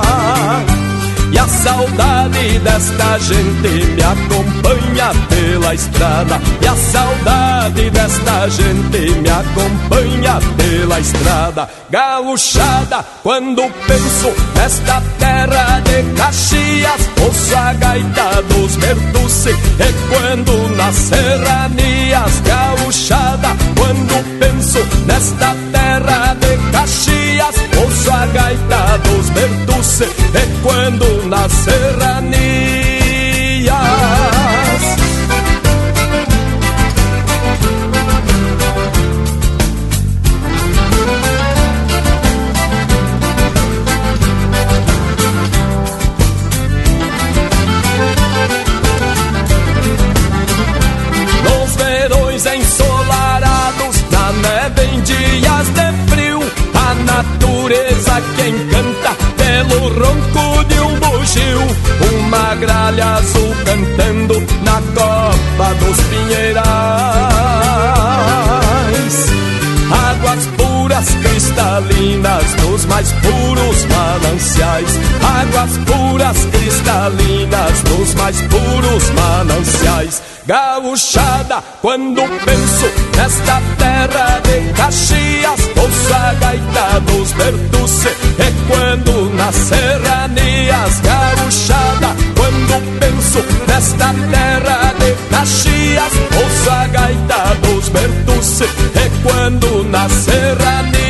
E a saudade desta gente me acompanha pela estrada. E a saudade desta gente me acompanha pela estrada. Gauchada, quando penso nesta terra de Caxias, ouço a gaita dos Bertucci. E quando nas serranias, gauchada, quando penso nesta terra de Caxias, ouço a gaita dos Bertucci. E quando nas serranias, nos verões ensolarados, na neve em dias de frio, a natureza que encanta pelo ronco de um bugio, uma gralha azul cantando na copa dos pinheirais. Águas puras cristalinas nos mais puros mananciais. Águas puras cristalinas nos mais puros mananciais. Gauchada, quando penso nesta terra de Caxias, ouço a gaita dos Bertucci. E quando nas serranias, gauchada, quando penso nesta terra de Caxias, ouço a gaita dos Bertucci, recuando nas serranias.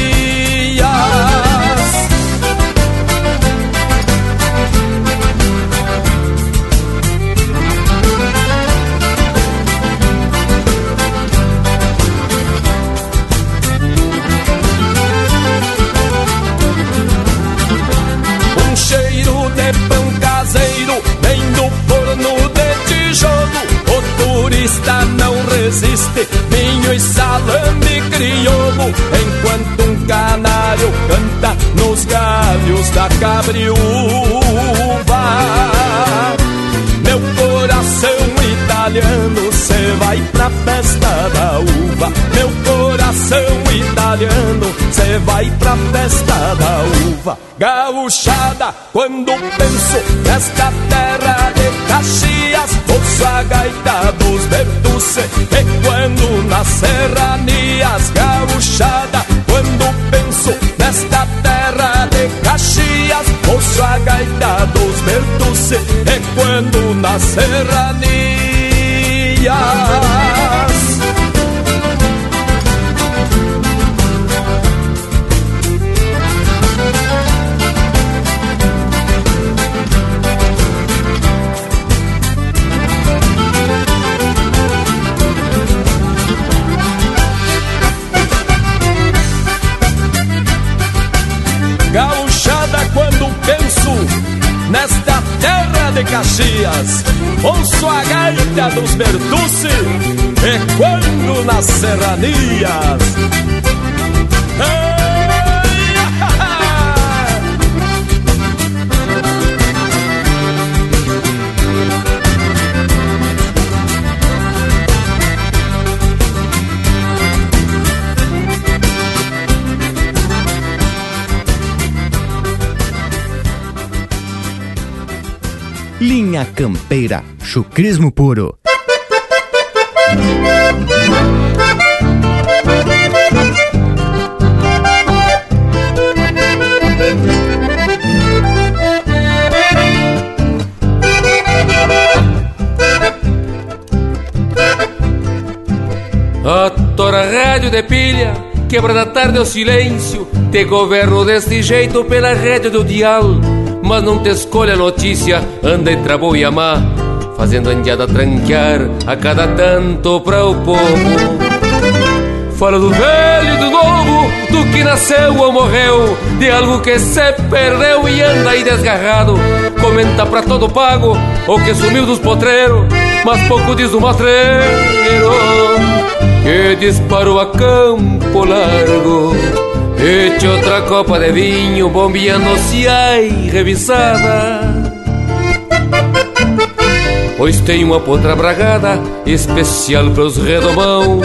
Um cheiro de pão caseiro vem do forno de tijolo, o turista não resiste, vinho e salame crioulo, enquanto um canário canta nos galhos da cabriúva. Meu coração italiano, cê vai pra festa da uva. Meu coração italiano, cê vai pra festa da uva. Gauchada, quando penso nesta terra de Caxias, ouço a gaita dos Bertucci, recuando nas serranias. Gauchada, quando penso nesta terra de Caxias, ouço a gaita dos Bertucci, recuando nas serranias. Gauchada, quando penso nesta terra de Caxias, ouço a gaita dos Bertucci, ecoando nas serranias. Linha Campeira, chucrismo puro. A tora rádio de pilha, quebra da tarde o silêncio, te governo deste jeito pela rédea do dial. Mas não te escolha a notícia, anda entre a boa e a má, fazendo a indiada tranquear a cada tanto para o povo. Fala do velho e do novo, do que nasceu ou morreu, de algo que se perdeu e anda aí desgarrado. Comenta pra todo pago o que sumiu dos potreiros, mas pouco diz do matreiro que disparou a campo largo. Eche outra copa de vinho, bombeando-se ai revisada, pois tem uma potra bragada especial pros redomão.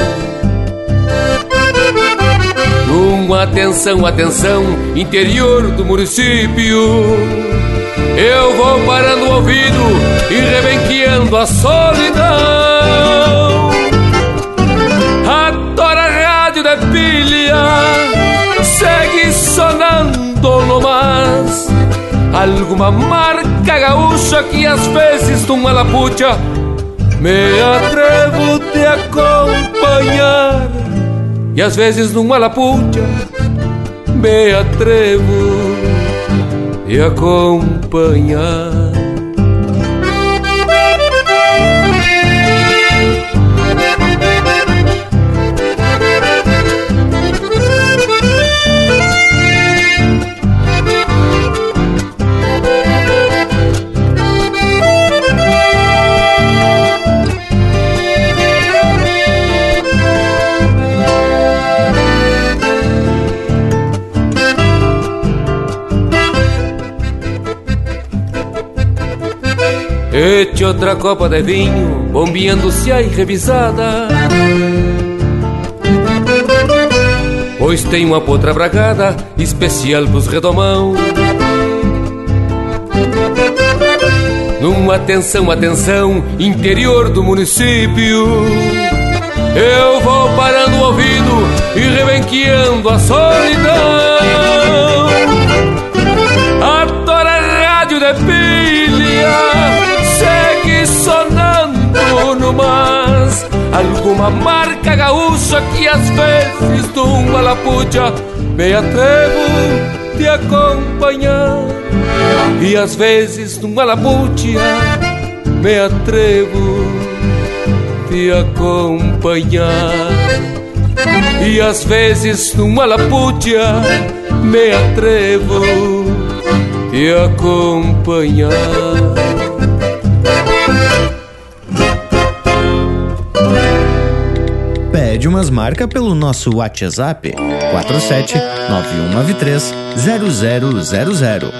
Uma atenção, atenção, interior do município, eu vou parando o ouvido e rebenqueando a solidão. A tora rádio de pilha segue sonando no mas, alguma marca gaúcha que às vezes numa lapucha me atrevo de acompanhar, e às vezes numa lapucha me atrevo de acompanhar. Eche outra copa de vinho, bombeando-se aí revisada, pois tem uma potra bragada especial pros redomão. Numa atenção, atenção, interior do município, eu vou parando o ouvido e rebenqueando a solidão. A tora rádio de pilha segue alguma marca gaúcha que às vezes numa lapucha me atrevo te acompanhar. E às vezes numa lapucha me atrevo te acompanhar. E às vezes numa lapucha me atrevo te acompanhar. Pede umas marcas pelo nosso WhatsApp quatro sete nove um nove três zero zero zero zero.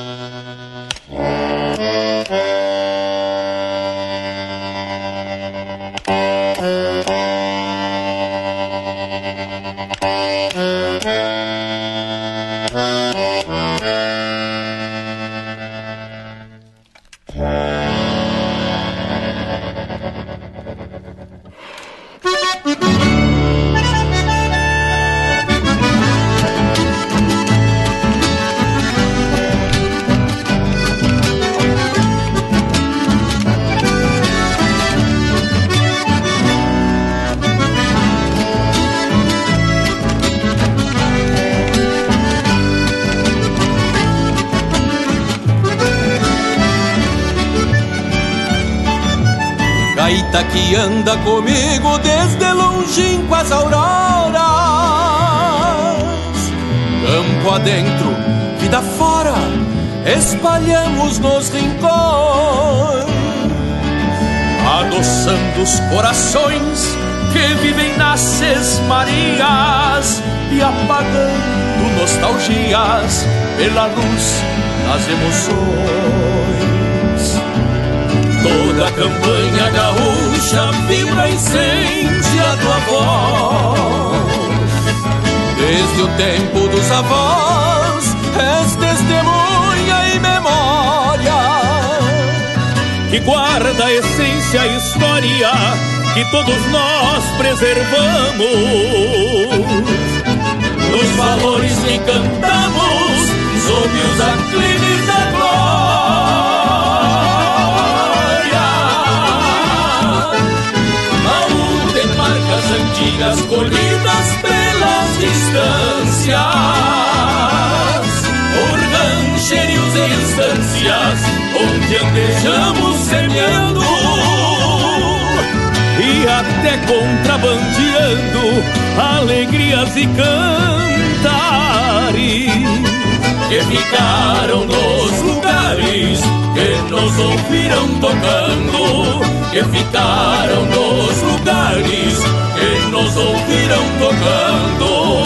Gaita que anda comigo desde longínquo as auroras, campo adentro, vida fora, espalhamos nos rincões, adoçando os corações que vivem nas sesmarias e apagando nostalgias pela luz das emoções. Toda a campanha gaúcha vibra incendia tua voz. Desde o tempo dos avós és testemunha e memória que guarda a essência e história que todos nós preservamos. Nos valores que cantamos sob os aclives da glória. Antigas colhidas pelas distâncias, por rancherios e instâncias, onde andejamos semeando e até contrabandeando alegrias e cantares que ficaram nos lugares que nos ouviram tocando, que ficaram nos lugares que nos ouviram tocando.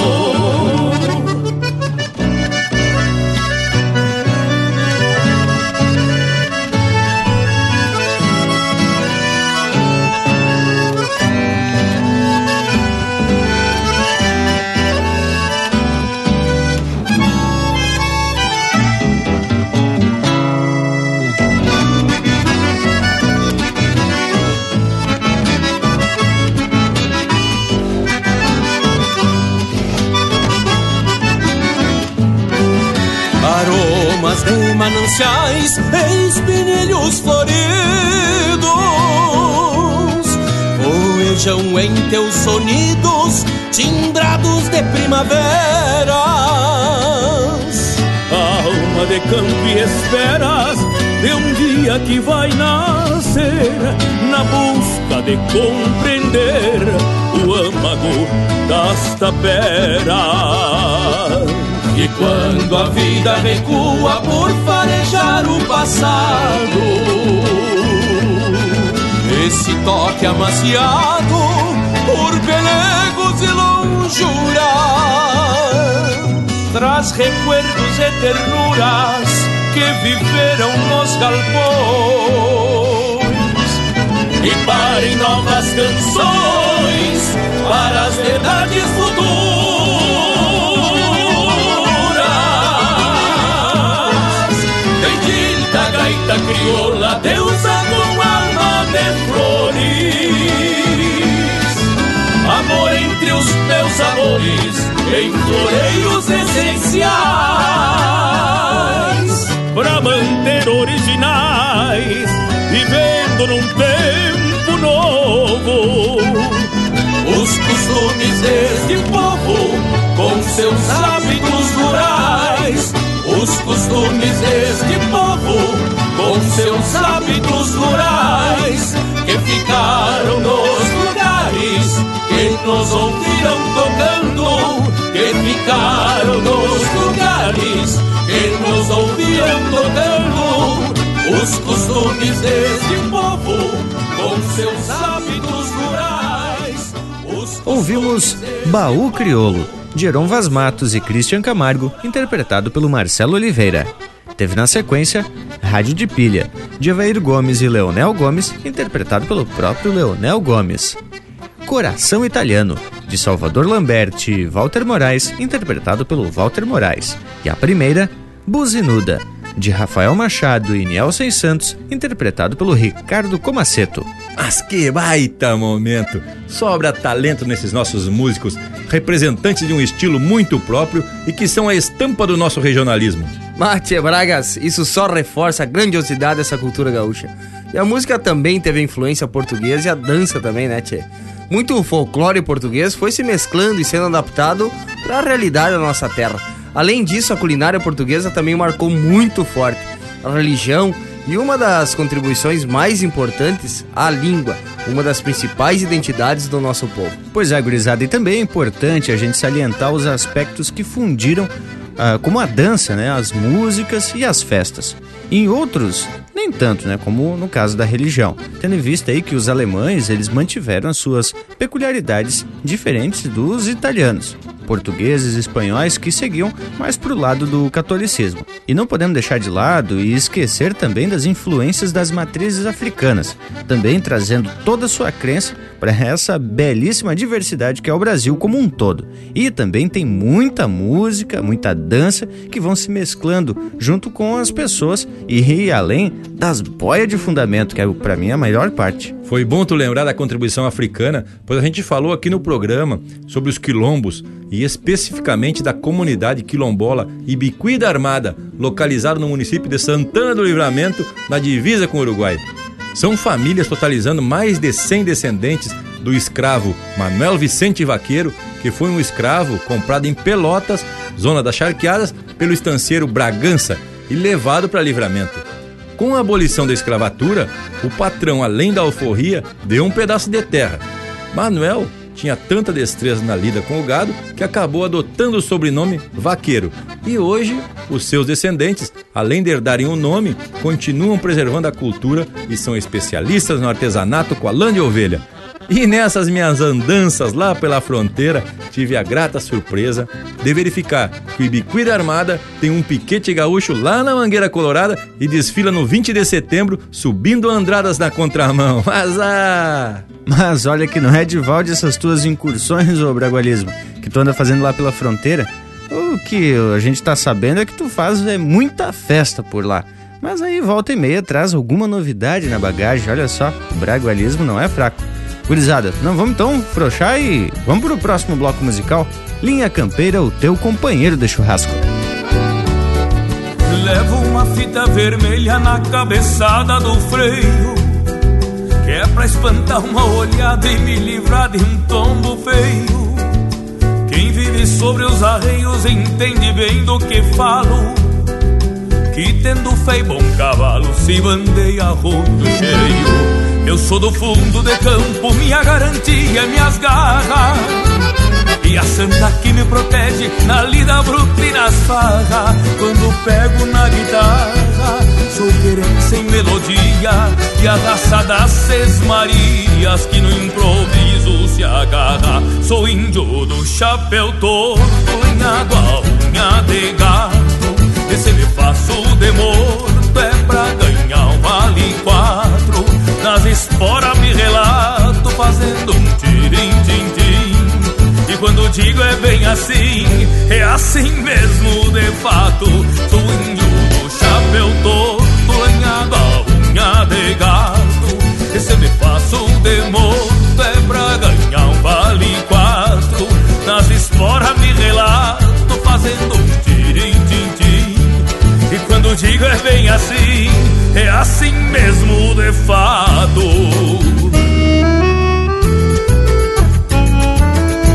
Aromas de mananciais, espinilhos floridos voejam em teus sonidos, timbrados de primaveras. Alma de campo e esperas de um dia que vai nascer, na busca de compreender o âmago das taperas. E quando a vida recua por farejar o passado, esse toque amaciado por pelegos e lonjuras traz recuerdos e ternuras que viveram nos galpões e parem novas canções para as verdades futuras. Da gaita crioula, deusa com alma de flores, amor entre os meus amores, em floreios essenciais, pra manter originais, vivendo num tempo novo. costumes deste povo, com seus hábitos rurais. Os costumes deste povo, com seus hábitos rurais, que ficaram nos lugares que nos ouviram tocando, que ficaram nos lugares que nos ouviram tocando. Os costumes deste povo, com seus hábitos rurais. Ouvimos Baú Crioulo, de Heron Vaz Matos e Christian Camargo, interpretado pelo Marcelo Oliveira. Teve na sequência Rádio de Pilha, de Evair Gomes e Leonel Gomes, interpretado pelo próprio Leonel Gomes. Coração Italiano, de Salvador Lamberti e Walter Moraes, interpretado pelo Walter Moraes. E a primeira, Buzinuda, de Rafael Machado e Nielsen Santos, interpretado pelo Ricardo Comaceto. Mas que baita momento! Sobra talento nesses nossos músicos, representantes de um estilo muito próprio e que são a estampa do nosso regionalismo. Mate Bragas, isso só reforça a grandiosidade dessa cultura gaúcha. E a música também teve influência portuguesa e a dança também, né, tchê? Muito folclore português foi se mesclando e sendo adaptado para a realidade da nossa terra. Além disso, a culinária portuguesa também marcou muito forte a religião e uma das contribuições mais importantes, a língua, uma das principais identidades do nosso povo. Pois é, gurizada, e também é importante a gente salientar os aspectos que fundiram, ah, como a dança, né, as músicas e as festas. Em outros, nem tanto, né, como no caso da religião, tendo em vista aí que os alemães, eles mantiveram as suas peculiaridades diferentes dos italianos, portugueses e espanhóis, que seguiam mais pro lado do catolicismo. E não podemos deixar de lado e esquecer também das influências das matrizes africanas, também trazendo toda a sua crença para essa belíssima diversidade que é o Brasil como um todo. E também tem muita música, muita dança que vão se mesclando junto com as pessoas e ir além das boias de fundamento, que é para mim a melhor parte. Foi bom tu lembrar da contribuição africana, pois a gente falou aqui no programa sobre os quilombos e especificamente da comunidade quilombola Ibiqui da Armada, localizada no município de Santana do Livramento, na divisa com o Uruguai. São famílias totalizando mais de cem descendentes do escravo Manuel Vicente Vaqueiro, que foi um escravo comprado em Pelotas, zona das Charqueadas, pelo estanceiro Bragança e levado para Livramento. Com a abolição da escravatura, o patrão, além da alforria, deu um pedaço de terra. Manuel tinha tanta destreza na lida com o gado que acabou adotando o sobrenome Vaqueiro. E hoje, os seus descendentes, além de herdarem o nome, continuam preservando a cultura e são especialistas no artesanato com a lã de ovelha. E nessas minhas andanças lá pela fronteira, tive a grata surpresa de verificar que o Ibiqui da Armada tem um piquete gaúcho lá na Mangueira Colorada e desfila no vinte de setembro, subindo andradas na contramão. Mas ah... Mas olha que não é de valde essas tuas incursões, ô Bragualismo, que tu anda fazendo lá pela fronteira. O que a gente tá sabendo é que tu faz é, muita festa por lá. Mas aí volta e meia traz alguma novidade na bagagem, olha só, o Bragualismo não é fraco. Gurizada, não vamos então frouxar e vamos pro próximo bloco musical? Linha Campeira, o teu companheiro de churrasco. Levo uma fita vermelha na cabeçada do freio, que é pra espantar uma olhada e me livrar de um tombo feio. Quem vive sobre os arreios entende bem do que falo, que tendo fé e bom cavalo se bandeia rodo cheio. Eu sou do fundo de campo, minha garantia é minhas garras, e a santa que me protege na lida bruta e nas farras. Quando pego na guitarra, sou querência em melodia, e a raça das Seis Marias que no improviso se agarra. Sou índio do chapéu torto, lenhado a unha de gato, e se me faço de morto é pra ganhar um vale quatro. Nas esporas me relato fazendo um tirim-tim-tim, e quando digo é bem assim, é assim mesmo de fato. Sou índio do chapéu torto, lenhado a unha de gato, e se me faço de morto é pra ganhar um vale quatro. Nas esporas me relato fazendo um tirim-tim-tim, e quando digo é bem assim, é assim mesmo de fato.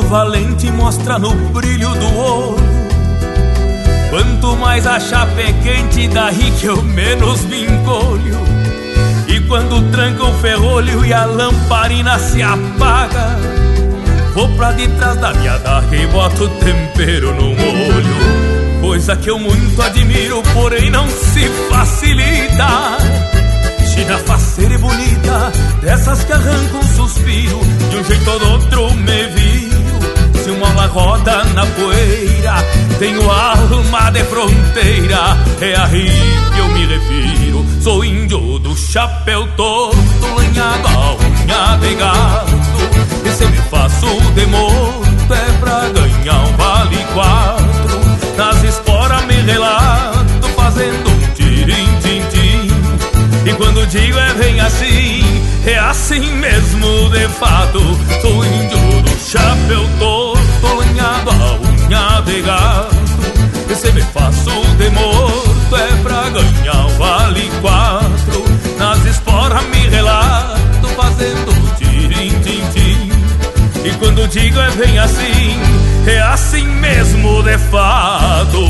valente mostra no brilho do olho. Quanto mais a chapa é quente, daí que eu menos me encolho. E quando tranca o ferrolho e a lamparina se apaga, vou pra detrás da minha daga e boto tempero no molho. Coisa que eu muito admiro, porém não se facilita. China faceira e bonita, dessas que arrancam um suspiro, de um jeito ou do outro me viro. Se uma aula roda na poeira, tenho alma de fronteira, é aí que eu me refiro. Sou índio do chapéu torto, lanhado a unha de gato. E se me faço de morto é pra ganhar um vale quatro. Nas esporas me relato, fazendo um tirim-tim-tim. E quando digo é bem assim, é assim mesmo de fato. Sou índio do chapéu torto, lanhado a unha de gato. E se me faço de morto é pra ganhar o vale quatro. Nas esporas me relato, fazendo tirim-tim-tim. E quando digo é bem assim, é assim mesmo de fato.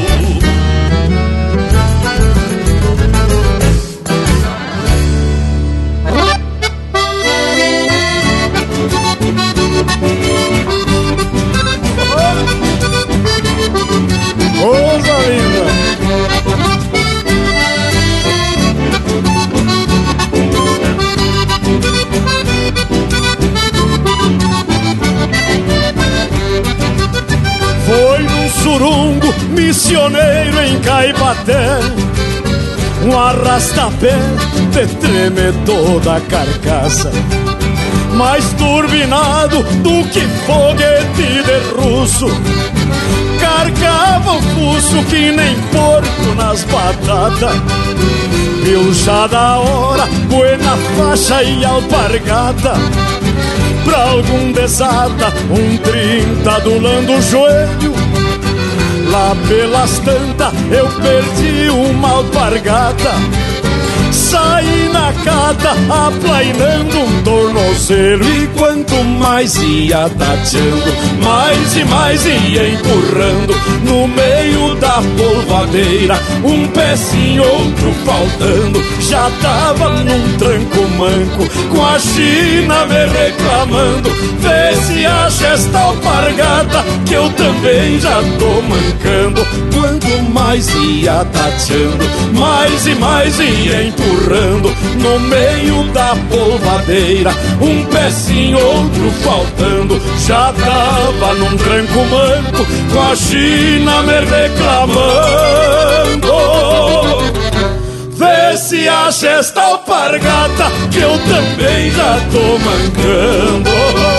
Coisa linda! Foi num surungo missioneiro em Caipaté, um arrastapé de tremer toda a carcaça, mais turbinado do que foguete de russo. Carcava o pulso que nem porco nas batatas. Viu já da hora, buena faixa e alpargata. Pra algum desata, um trinta adulando o joelho. Lá pelas tantas eu perdi uma alpargata. Saí na cata, aplainando um tornozelo. E quanto mais ia tateando, mais e mais ia empurrando. No meio da polvadeira, um pezinho, outro faltando. Já tava num tranco manco, com a China me reclamando. Vê se acha esta alpargata, que eu também já tô mancando. Quanto mais ia tateando, mais e mais ia empurrando. No meio da polvadeira, um pezinho, outro faltando. Já tava num tranco manco, com a China me reclamando. Vê se acha esta alpargata, que eu também já tô mancando.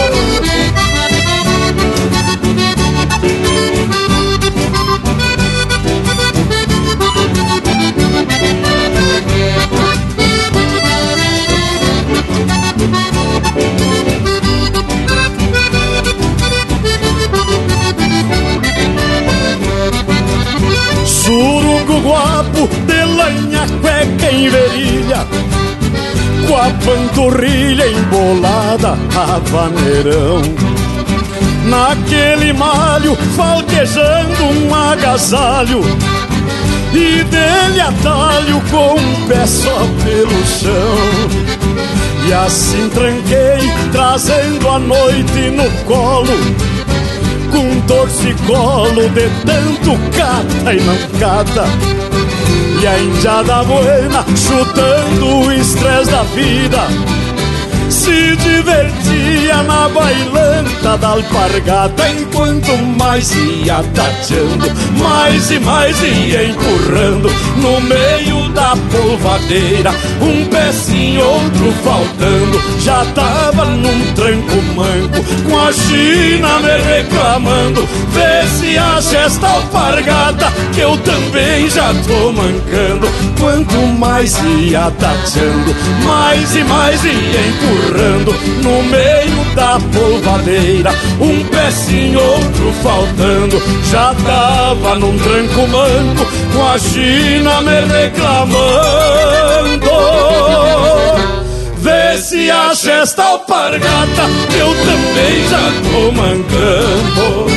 Surungo guapo de lanha, cueca em verilha, com a panturrilha embolada a vaneirão. Naquele malho falquejando um agasalho, e dele atalho com um pé só pelo chão. E assim tranquei, trazendo a noite no colo, com torcicolo de tanto cata e não cata. E a indiada buena chutando o estresse da vida, se divertia na bailanta da alpargata. Enquanto mais ia tateando, mais e mais ia empurrando. No meio da polvadeira, um pezinho, outro faltando. Já tava num tranco manco, com a China me reclamando. Vê se acha esta alpargata, que eu também já tô mancando. Quanto mais ia tateando, mais e mais ia empurrando. No meio da polvadeira, um pezinho, outro faltando. Já tava num tranco manco, com a China me reclamando. Vê se acha Puxa esta alpargata, eu também já tô mancando.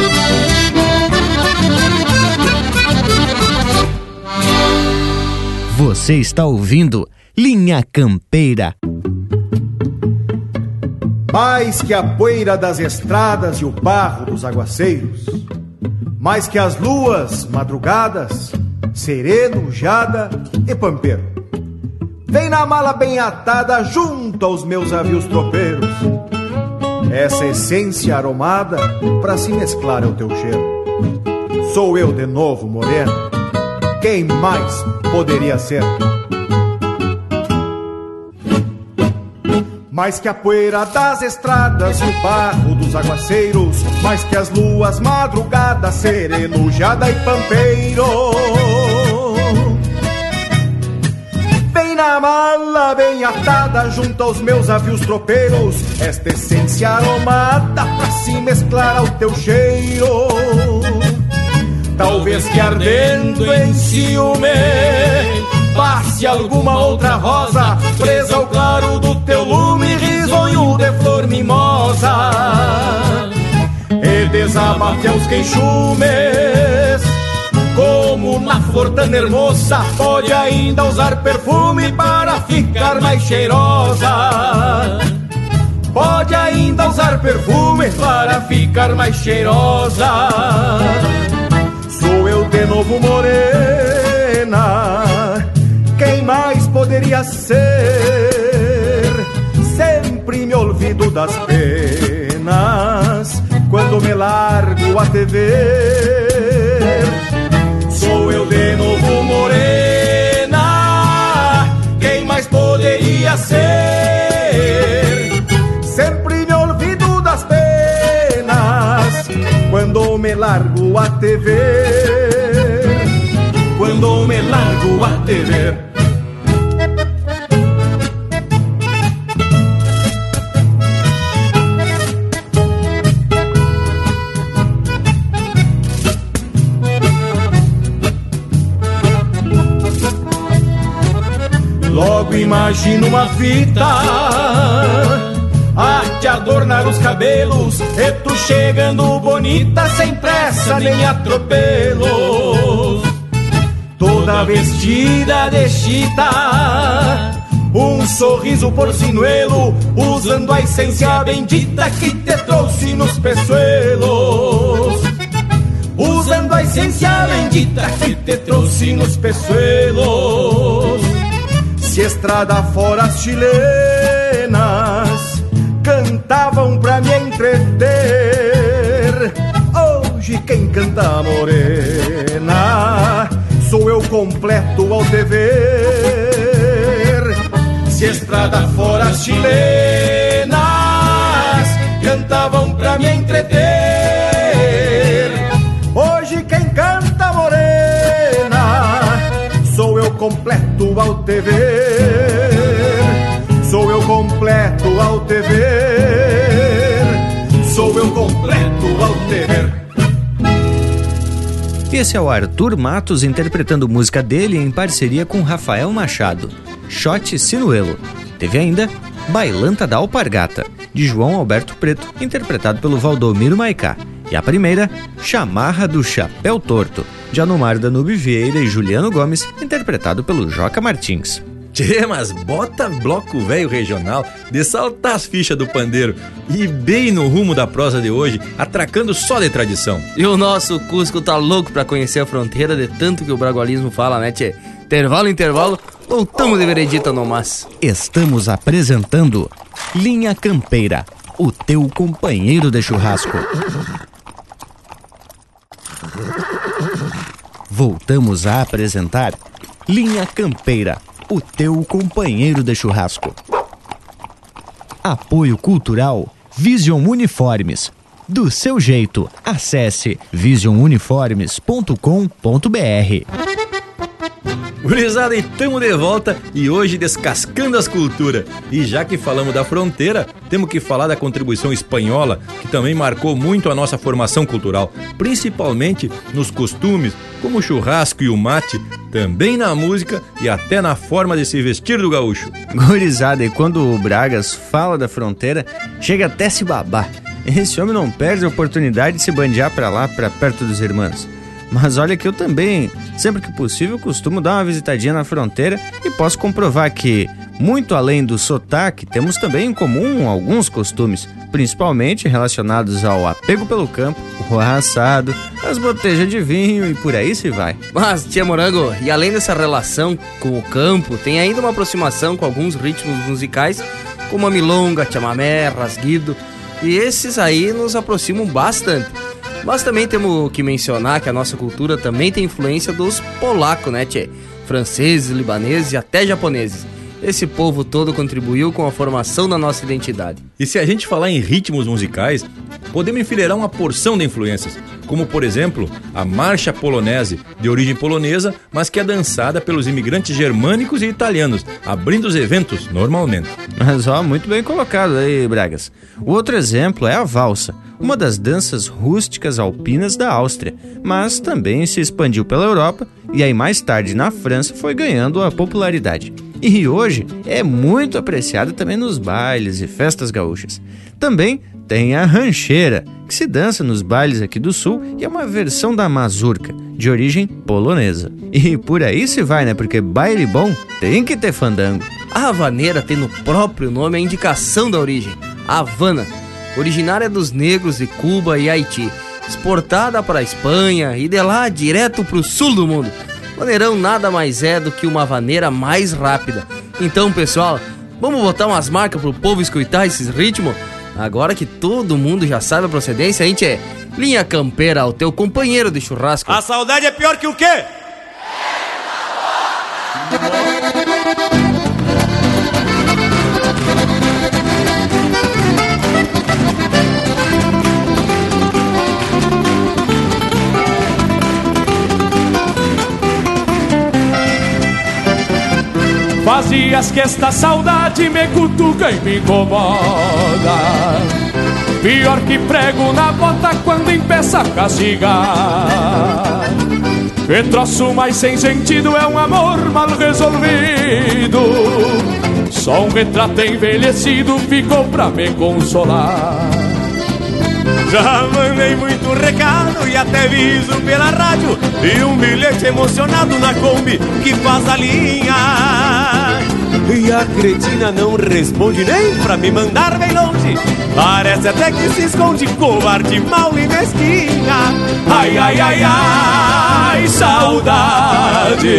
Você está ouvindo Linha Campeira. Mais que a poeira das estradas e o barro dos aguaceiros, mais que as luas madrugadas, sereno, jada e pampeiro, vem na mala bem atada junto aos meus avios tropeiros. Essa essência aromada pra se mesclar ao teu cheiro. Sou eu de novo, moreno, quem mais poderia ser? Mais que a poeira das estradas e o barro dos aguaceiros, mais que as luas madrugadas, sereno, jada e pampeiro. Bem na mala, bem atada, junto aos meus avios tropeiros, esta essência aromada pra se mesclar ao teu cheiro. Talvez que ardendo em ciúme passe alguma outra rosa, presa ao claro do teu lume, risonho de flor mimosa, e desabafe aos queixumes. Como na flor tão hermosa, pode ainda usar perfume para ficar mais cheirosa. Pode ainda usar perfume para ficar mais cheirosa. Sou eu de novo, morena, quem mais poderia ser? Sempre me olvido das penas quando me largo a te ver. Sou eu de novo, morena, quem mais poderia ser? Sempre me olvido das penas quando me largo a te ver. Quando me largo a te ver. Logo imagino uma fita a te adornar os cabelos, e tu chegando bonita, sem pressa nem atropelos, toda vestida de chita, um sorriso porcinuelo, usando a essência bendita que te trouxe nos peçoelos. Usando a essência bendita que te trouxe nos peçoelos. Se estrada fora as chilenas cantavam pra me entreter, hoje quem canta morena sou eu completo ao te ver. Se estrada fora as chilenas cantavam pra me entreter, hoje quem canta morena sou eu completo ao te ver. Sou eu completo ao te ver. Sou eu completo ao te ver. Esse é o Arthur Matos interpretando música dele em parceria com Rafael Machado, Shot Sinuelo. Teve ainda Bailanta da Alpargata, de João Alberto Preto, interpretado pelo Valdomiro Maicá. E a primeira, Chamarra do Chapéu Torto, de Anomar Danube Vieira e Juliano Gomes, interpretado pelo Joca Martins. Tchê, mas bota bloco velho regional de saltar as fichas do pandeiro e bem no rumo da prosa de hoje, atracando só de tradição. E o nosso Cusco tá louco pra conhecer a fronteira de tanto que o bragualismo fala, né, tchê? Intervalo, intervalo, voltamos de veredita no mas. Estamos apresentando Linha Campeira, o teu companheiro de churrasco. Voltamos a apresentar Linha Campeira, o teu companheiro de churrasco. Apoio Cultural Vision Uniformes. Do seu jeito, acesse vision uniformes ponto com ponto br. Gurizada, e tamo de volta e hoje descascando as culturas. E já que falamos da fronteira, temos que falar da contribuição espanhola, que também marcou muito a nossa formação cultural, principalmente nos costumes, como o churrasco e o mate, também na música e até na forma de se vestir do gaúcho. Gurizada, e quando o Bragas fala da fronteira, chega até se babar. Esse homem não perde a oportunidade de se bandear pra lá, pra perto dos irmãos. Mas olha que eu também, sempre que possível, costumo dar uma visitadinha na fronteira e posso comprovar que, muito além do sotaque, temos também em comum alguns costumes, principalmente relacionados ao apego pelo campo, o assado, as botejas de vinho e por aí se vai. Mas, tia Morango, e além dessa relação com o campo, tem ainda uma aproximação com alguns ritmos musicais, como a milonga, chamamé, rasguido, e esses aí nos aproximam bastante. Mas também temos que mencionar que a nossa cultura também tem influência dos polacos, né, tchê? Franceses, libaneses e até japoneses. Esse povo todo contribuiu com a formação da nossa identidade. E se a gente falar em ritmos musicais, podemos enfileirar uma porção de influências, como por exemplo, a marcha polonese, de origem polonesa, mas que é dançada pelos imigrantes germânicos e italianos, abrindo os eventos normalmente. Mas ó, muito bem colocado aí, Bragas. O outro exemplo é a valsa, uma das danças rústicas alpinas da Áustria, mas também se expandiu pela Europa e aí mais tarde na França foi ganhando a popularidade. E hoje é muito apreciada também nos bailes e festas gaúchas. Também tem a rancheira, que se dança nos bailes aqui do sul e é uma versão da mazurca, de origem polonesa. E por aí se vai, né? Porque baile bom tem que ter fandango. A havaneira tem no próprio nome a indicação da origem, Havana, originária dos negros de Cuba e Haiti, exportada para a Espanha e de lá direto para o sul do mundo. Maneirão nada mais é do que uma vaneira mais rápida. Então, pessoal, vamos botar umas marcas pro povo escutar esses ritmos? Agora que todo mundo já sabe a procedência, a gente é Linha Campeira, o teu companheiro de churrasco. A saudade é pior que o quê? Fazias que esta saudade me cutuca e me incomoda, pior que prego na bota quando empeça a castigar. Que troço mais sem sentido é um amor mal resolvido, só um retrato envelhecido ficou pra me consolar. Já mandei muito recado e até aviso pela rádio, e um bilhete emocionado na Kombi que faz a linha. E a cretina não responde nem pra me mandar bem longe, parece até que se esconde, covarde, mal e mesquinha. Ai, ai, ai, ai, saudade.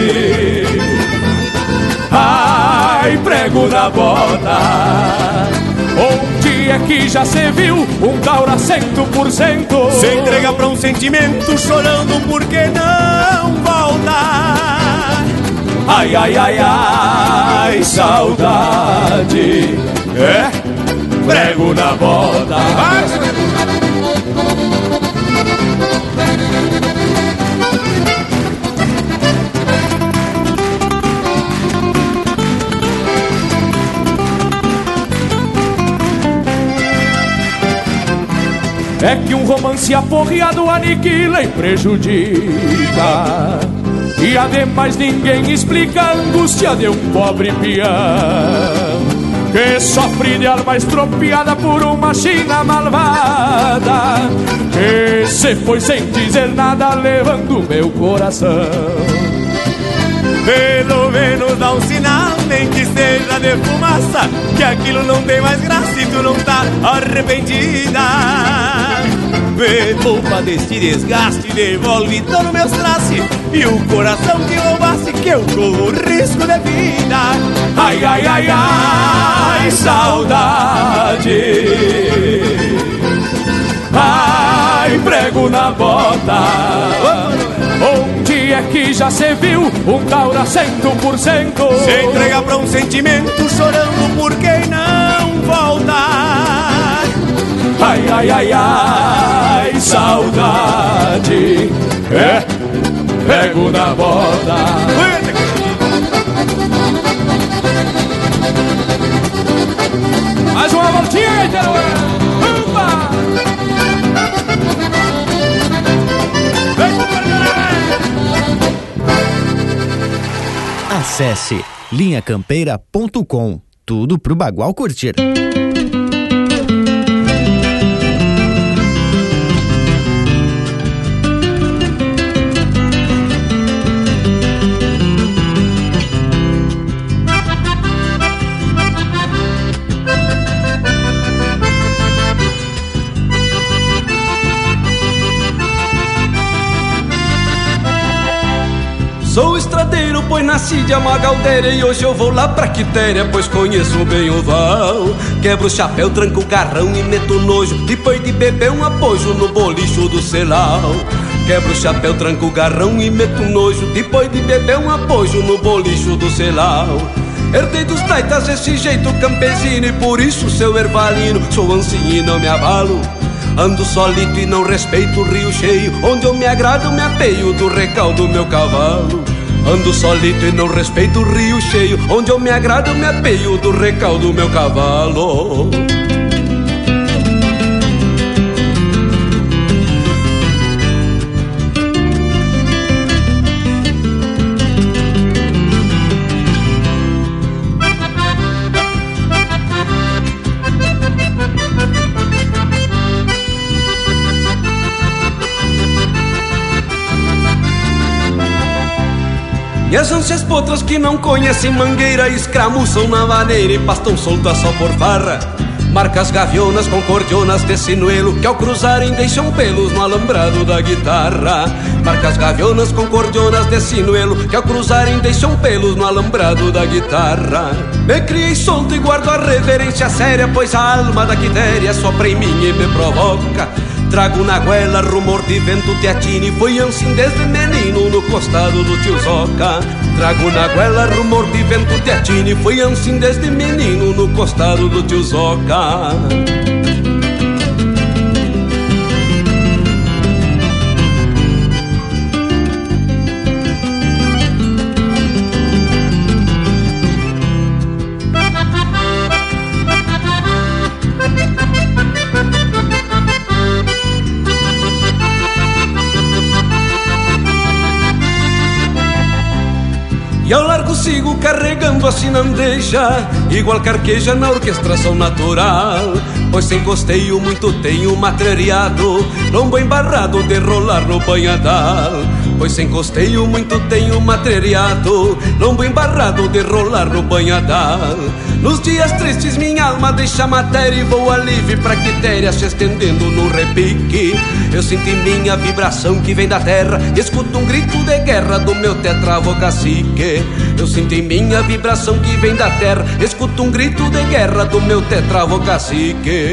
Ai, prego na bota. Onde é que já se viu um taura cento por cento? Se entrega pra um sentimento chorando porque não volta. Ai, ai, ai, ai, saudade. É, prego na bota. É que um romance aporreado aniquila e prejudica, e ademais ninguém explica a angústia de um pobre peão que sofre de alma estropiada por uma china malvada, que se foi sem dizer nada levando meu coração. Pelo menos dá um sinal, nem que seja de fumaça, que aquilo não tem mais graça e tu não tá arrependida. Me poupa deste desgaste, devolve todo meus traços e o coração que roubasse, que eu corro risco de vida. Ai, ai, ai, ai, saudade. Ai, prego na bota. Onde é que já se viu um taura cento por cento? Se entrega pra um sentimento chorando por quem não volta. Ai, ai, ai, ai, saudade. É, pego na bota. Acesse linha campeira ponto com. Tudo pro bagual curtir. Sou estradeiro, pois nasci de Amagaldeira, e hoje eu vou lá pra Quitéria, pois conheço bem o val. Quebro o chapéu, tranco o garrão e meto nojo, depois de beber um apoio no bolicho do Celal. Quebro o chapéu, tranco o garrão e meto nojo, depois de beber um apoio no bolicho do Celal. Herdei dos taitas esse jeito campesino, e por isso, seu ervalino, sou ancinho e não me abalo. Ando solito e não respeito o rio cheio, onde eu me agrado me apeio do recaldo do meu cavalo. Ando solito e não respeito o rio cheio, onde eu me agrado me apeio do recaldo do meu cavalo. E as ânsias potras que não conhecem mangueira escramuçam na vaneira e pastam soltas só por farra. Marcas gavionas com cordionas de sinuelo que ao cruzarem deixam pelos no alambrado da guitarra. Marcas gavionas com cordionas de sinuelo que ao cruzarem deixam pelos no alambrado da guitarra. Me criei solto e guardo a reverência séria, pois a alma da quitéria sopra em mim e me provoca. Trago na goela rumor de vento teatine, foi assim desde menino no costado do tio Zoca. Trago na goela rumor de vento teatine, foi assim desde menino no costado do tio Zoca. E ao largo sigo carregando a sinandeja, igual carqueja na orquestração natural. Pois sem costeio muito tenho matreiriado, lombo embarrado de rolar no banhadal. Pois sem costeio muito tenho matreiriado, lombo embarrado de rolar no banhadal. Nos dias tristes minha alma deixa matéria e voa livre pra quitéria se estendendo no repique. Eu sinto em mim a vibração que vem da terra, escuto um grito de guerra do meu tetravô cacique. Eu sinto em mim a vibração que vem da terra, escuto um grito de guerra do meu tetravô cacique.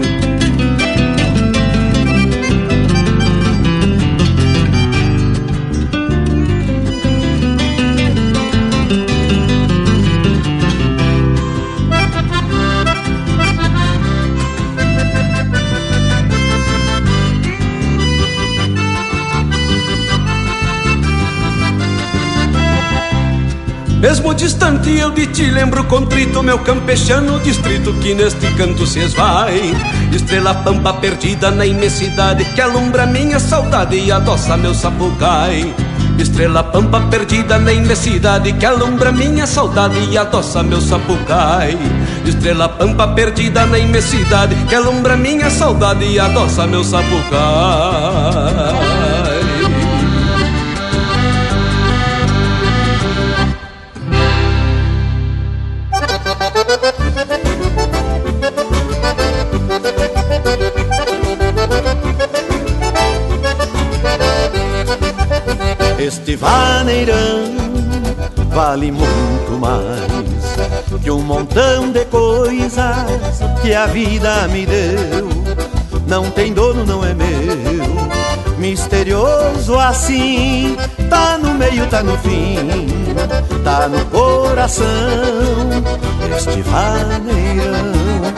Mesmo distante eu de ti lembro contrito, meu campechano distrito que neste canto se esvai. Estrela pampa perdida na imensidade que alumbra minha saudade e adoça meu sapucai. Estrela pampa perdida na imensidade que alumbra minha saudade e adoça meu sapucai. Estrela pampa perdida na imensidade que alumbra minha saudade e adoça meu sapucai. Este vaneirão vale muito mais que um montão de coisas que a vida me deu. Não tem dono, não é meu, misterioso assim. Tá no meio, tá no fim, tá no coração. Este vaneirão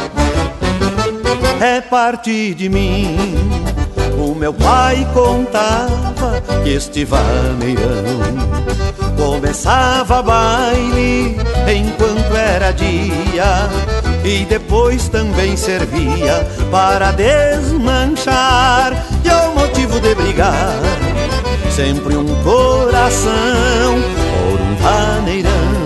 é parte de mim. O meu pai contava que este vaneirão começava baile enquanto era dia e depois também servia para desmanchar. E ao motivo de brigar, sempre um coração por um vaneirão.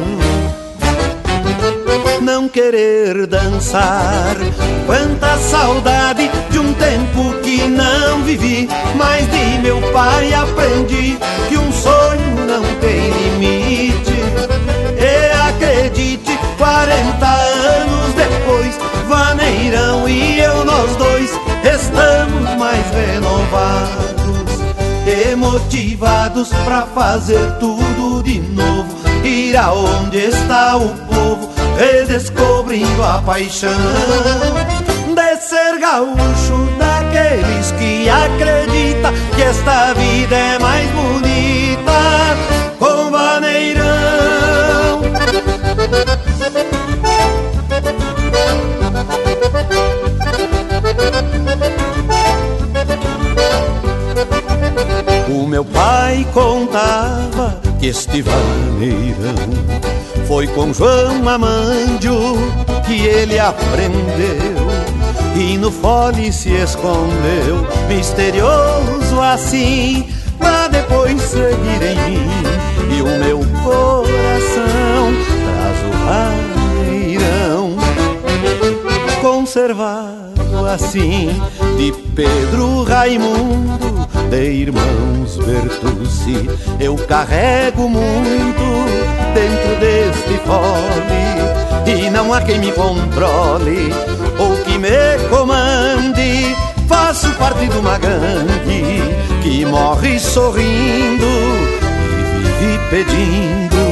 não querer dançar. Quanta saudade de um tempo que não vivi, mas de meu pai aprendi que um sonho não tem limite. E acredite, quarenta anos depois, vaneirão e eu, nós dois, estamos mais renovados e motivados pra fazer tudo de novo, ir aonde está o povo, redescobrindo a paixão de ser gaúcho, daqueles que acredita que esta vida é mais bonita com vaneirão. O meu pai contava que este vaneirão foi com João Amandio que ele aprendeu e no fole se escondeu, misterioso assim, pra depois seguir em mim. E o meu coração traz o vaneirão conservado assim, de Pedro Raimundo, de irmãos Bertucci. Eu carrego muito dentro deste fole e não há quem me controle ou que me comande. Faço parte de uma gangue que morre sorrindo e vive pedindo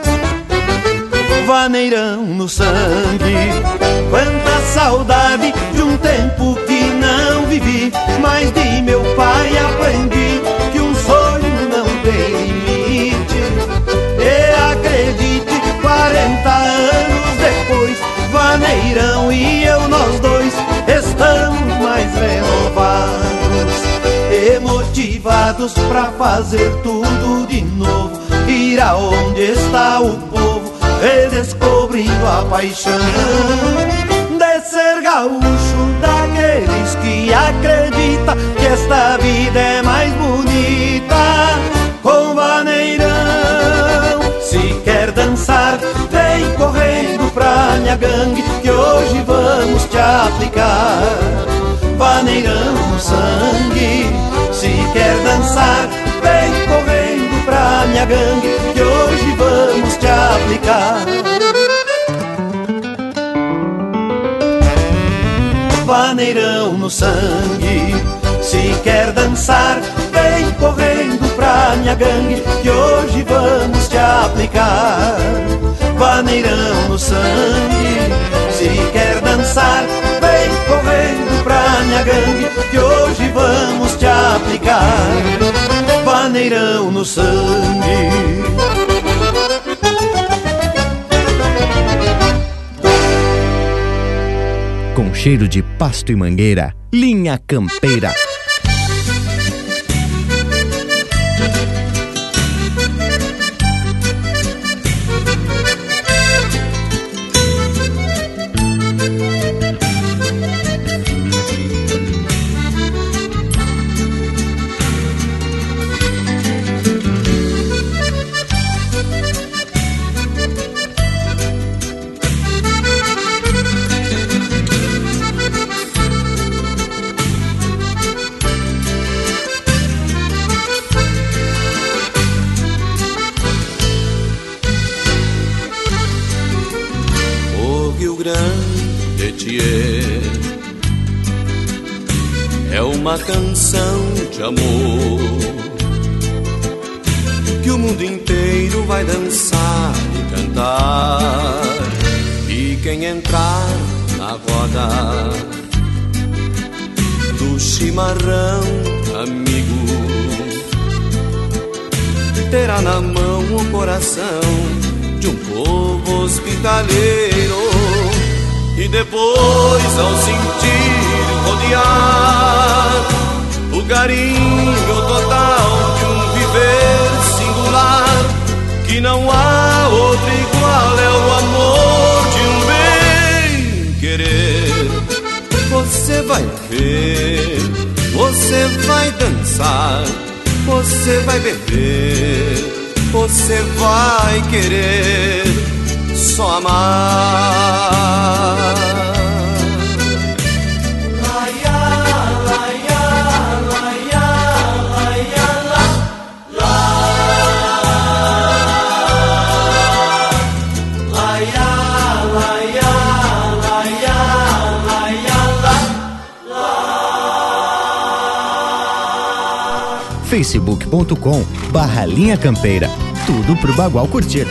vaneirão no sangue. Quanta saudade de um tempo que não vivi, mas de meu pai aprendi que um sonho não tem limite. E acredite, quarenta anos depois, vaneirão e eu, nós dois, estamos mais renovados e motivados pra fazer tudo de novo, ir aonde está o povo, redescobrindo a paixão de ser gaúcho, daqueles que acredita que esta vida é mais bonita com vaneirão. Se quer dançar, vem correndo pra minha gangue, que hoje vamos te aplicar vaneirão no sangue. Se quer dançar, vem correndo pra minha gangue, que hoje vamos te aplicar vaneirão no sangue. Se quer dançar, vem correndo pra minha gangue, que hoje vamos te aplicar vaneirão no sangue. Se quer dançar, vem correndo pra minha gangue, que hoje vamos te aplicar vaneirão no sangue. Com cheiro de pasto e mangueira, Linha Campeira. É uma canção de amor que o mundo inteiro vai dançar e cantar. E quem entrar na roda do chimarrão, amigo, terá na mão o coração de um povo hospitaleiro. E depois, ao sentir rodear o carinho total de um viver singular, que não há outro igual, é o amor de um bem-querer. Você vai ver, você vai dançar, você vai beber, você vai querer só amar. facebook ponto com barra Linha Campeira. Tudo pro bagual curtir.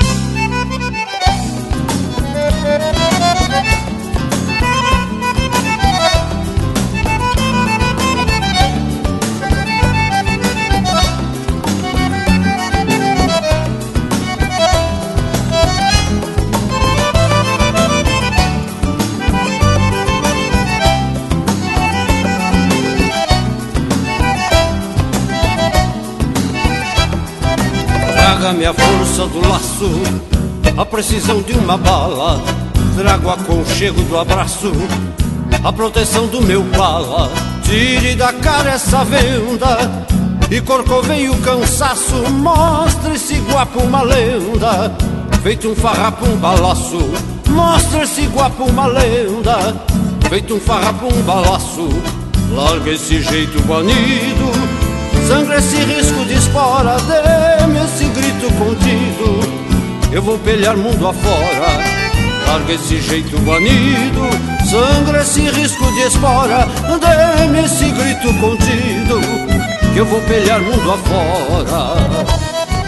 Traga-me a força do laço, a precisão de uma bala. Trago o aconchego do abraço, a proteção do meu bala. Tire da cara essa venda e corcoveie o cansaço. Mostre esse guapo uma lenda, feito um farrapo, um balaço. Mostre esse guapo uma lenda, feito um farrapo, um balaço. Larga esse jeito banido, sangra esse risco de espora. Dê-me esse grito contido, eu vou pelear mundo afora. Larga esse jeito banido, sangra esse risco de espora. Dê-me esse grito contido, que eu vou pelear mundo afora.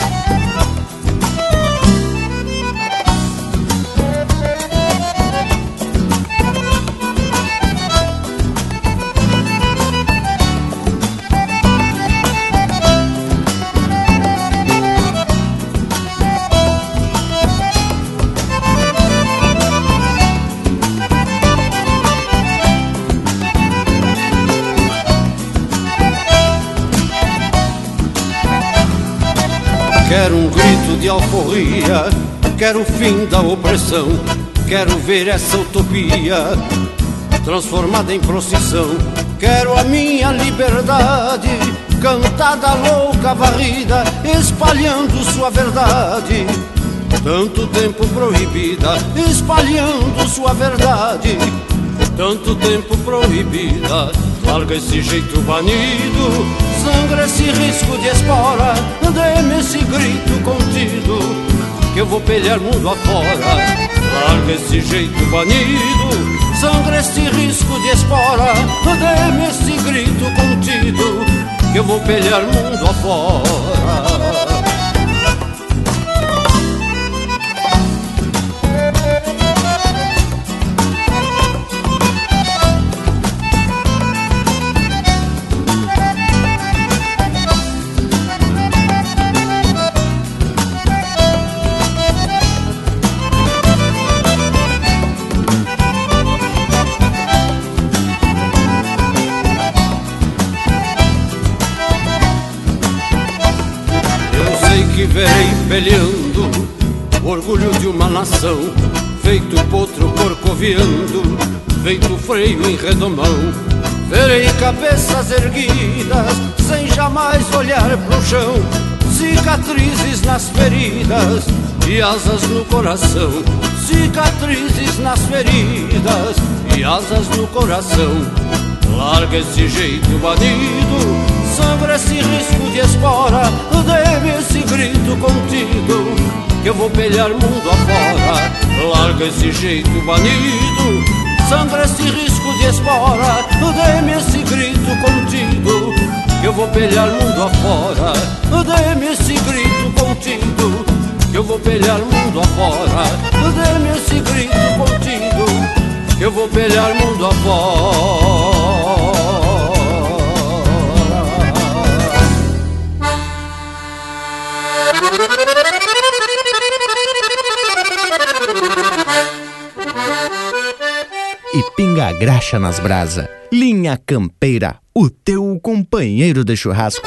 Quero um grito de alforria, quero o fim da opressão. Quero ver essa utopia transformada em procissão. Quero a minha liberdade, cantada louca, varrida, espalhando sua verdade. Tanto tempo proibida, espalhando sua verdade. Tanto tempo proibida, larga esse jeito banido, sangra esse risco de espora. Dê-me esse grito contido, que eu vou pelear mundo afora. Larga esse jeito banido, sangra esse risco de espora. Dê-me esse grito contido, que eu vou pelear mundo afora. Que verei peleando o orgulho de uma nação, feito potro corcoviando, feito freio em redomão. Verei cabeças erguidas sem jamais olhar pro chão, cicatrizes nas feridas e asas no coração. Cicatrizes nas feridas e asas no coração. Larga esse jeito banido, sangra esse risco de espora. Dê-me esse grito contido, que eu vou pelear mundo afora. Larga esse jeito banido, sangra esse risco de espora. Dê-me esse grito contido, que eu vou pelear mundo afora. Dê-me esse grito contido, que eu vou pelear mundo afora. Dê-me esse grito contido, que eu vou pelear mundo afora. E pinga a graxa nas brasa. Linha Campeira, o teu companheiro de churrasco.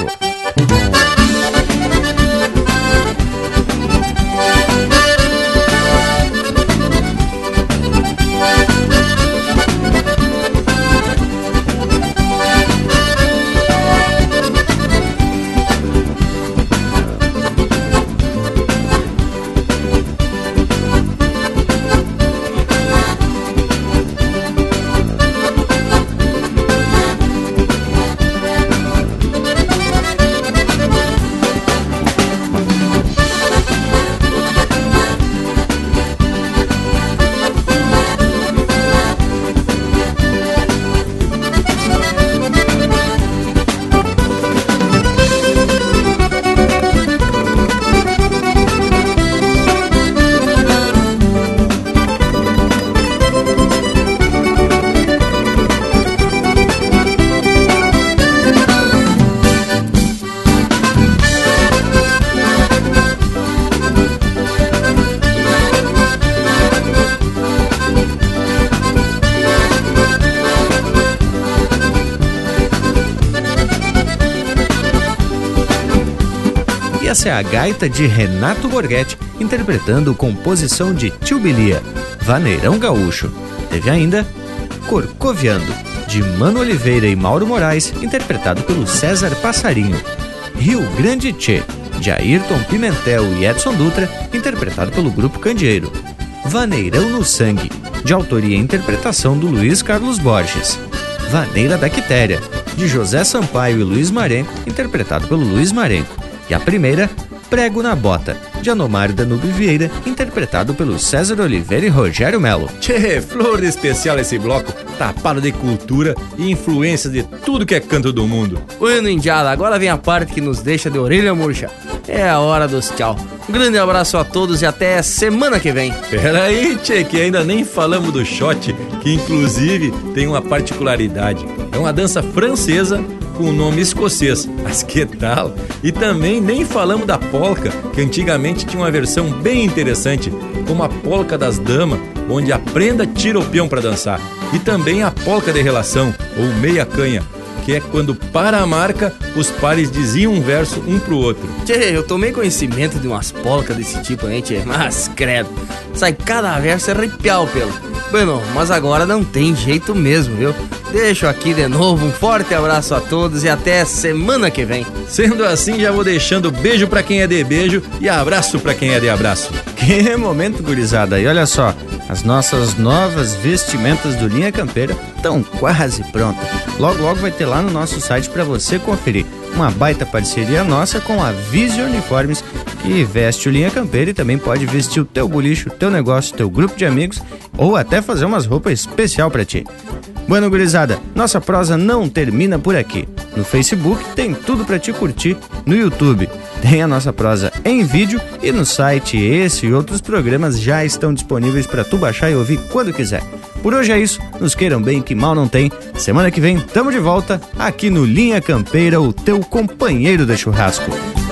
essa é a gaita de Renato Borghetti, interpretando composição de Tio Bilia, Vaneirão Gaúcho. Teve ainda Corcoviando, de Mano Oliveira e Mauro Moraes, interpretado pelo César Passarinho. Rio Grande Tchê, de Ayrton Pimentel e Edson Dutra, interpretado pelo Grupo Candeeiro. Vaneirão no Sangue, de autoria e interpretação do Luiz Carlos Borges. Vaneira da Quitéria, de José Sampaio e Luiz Marenco, interpretado pelo Luiz Marenco. E a primeira, Prego na Bota, de Anomar Danube Vieira, interpretado pelo César Oliveira e Rogério Melo. Tchê, flor especial esse bloco, tapado de cultura e influências de tudo que é canto do mundo. Bueno, indiada, agora vem a parte que nos deixa de orelha murcha. É a hora dos tchau. Um grande abraço a todos e até semana que vem. Pera aí, tchê, que ainda nem falamos do shot, que inclusive tem uma particularidade. É uma dança francesa com o nome escocês, mas que tal? E também nem falamos da polca, que antigamente tinha uma versão bem interessante, como a polca das damas, onde a prenda tira o peão para dançar. E também a polca de relação, ou meia canha, que é quando para a marca, os pares diziam um verso um pro outro. Tchê, eu tomei conhecimento de umas polcas desse tipo, hein, tchê? Mas credo, sai cada verso arrepiar o pelo. Bueno, mas agora não tem jeito mesmo, viu? Deixo aqui de novo um forte abraço a todos e até semana que vem. Sendo assim, já vou deixando beijo pra quem é de beijo e abraço pra quem é de abraço. Que momento, gurizada! E olha só, as nossas novas vestimentas do Linha Campeira estão quase prontas. Logo, logo vai ter lá no nosso site para você conferir. Uma baita parceria nossa com a Vision Uniformes, que veste o Linha Campeira e também pode vestir o teu bolicho, teu negócio, teu grupo de amigos ou até fazer umas roupas especial para ti. Bueno, gurizada, nossa prosa não termina por aqui. No Facebook tem tudo para te curtir, no YouTube tem a nossa prosa em vídeo e no site esse e outros programas já estão disponíveis para tu baixar e ouvir quando quiser. Por hoje é isso, nos queiram bem que mal não tem. Semana que vem tamo de volta aqui no Linha Campeira, o teu companheiro de churrasco.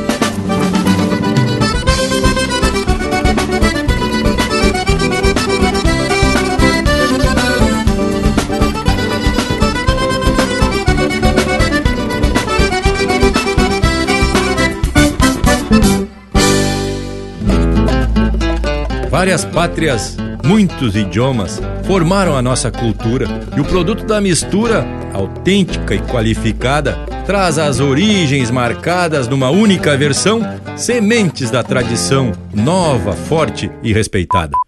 Várias pátrias, muitos idiomas formaram a nossa cultura e o produto da mistura, autêntica e qualificada, traz as origens marcadas numa única versão, sementes da tradição, nova, forte e respeitada.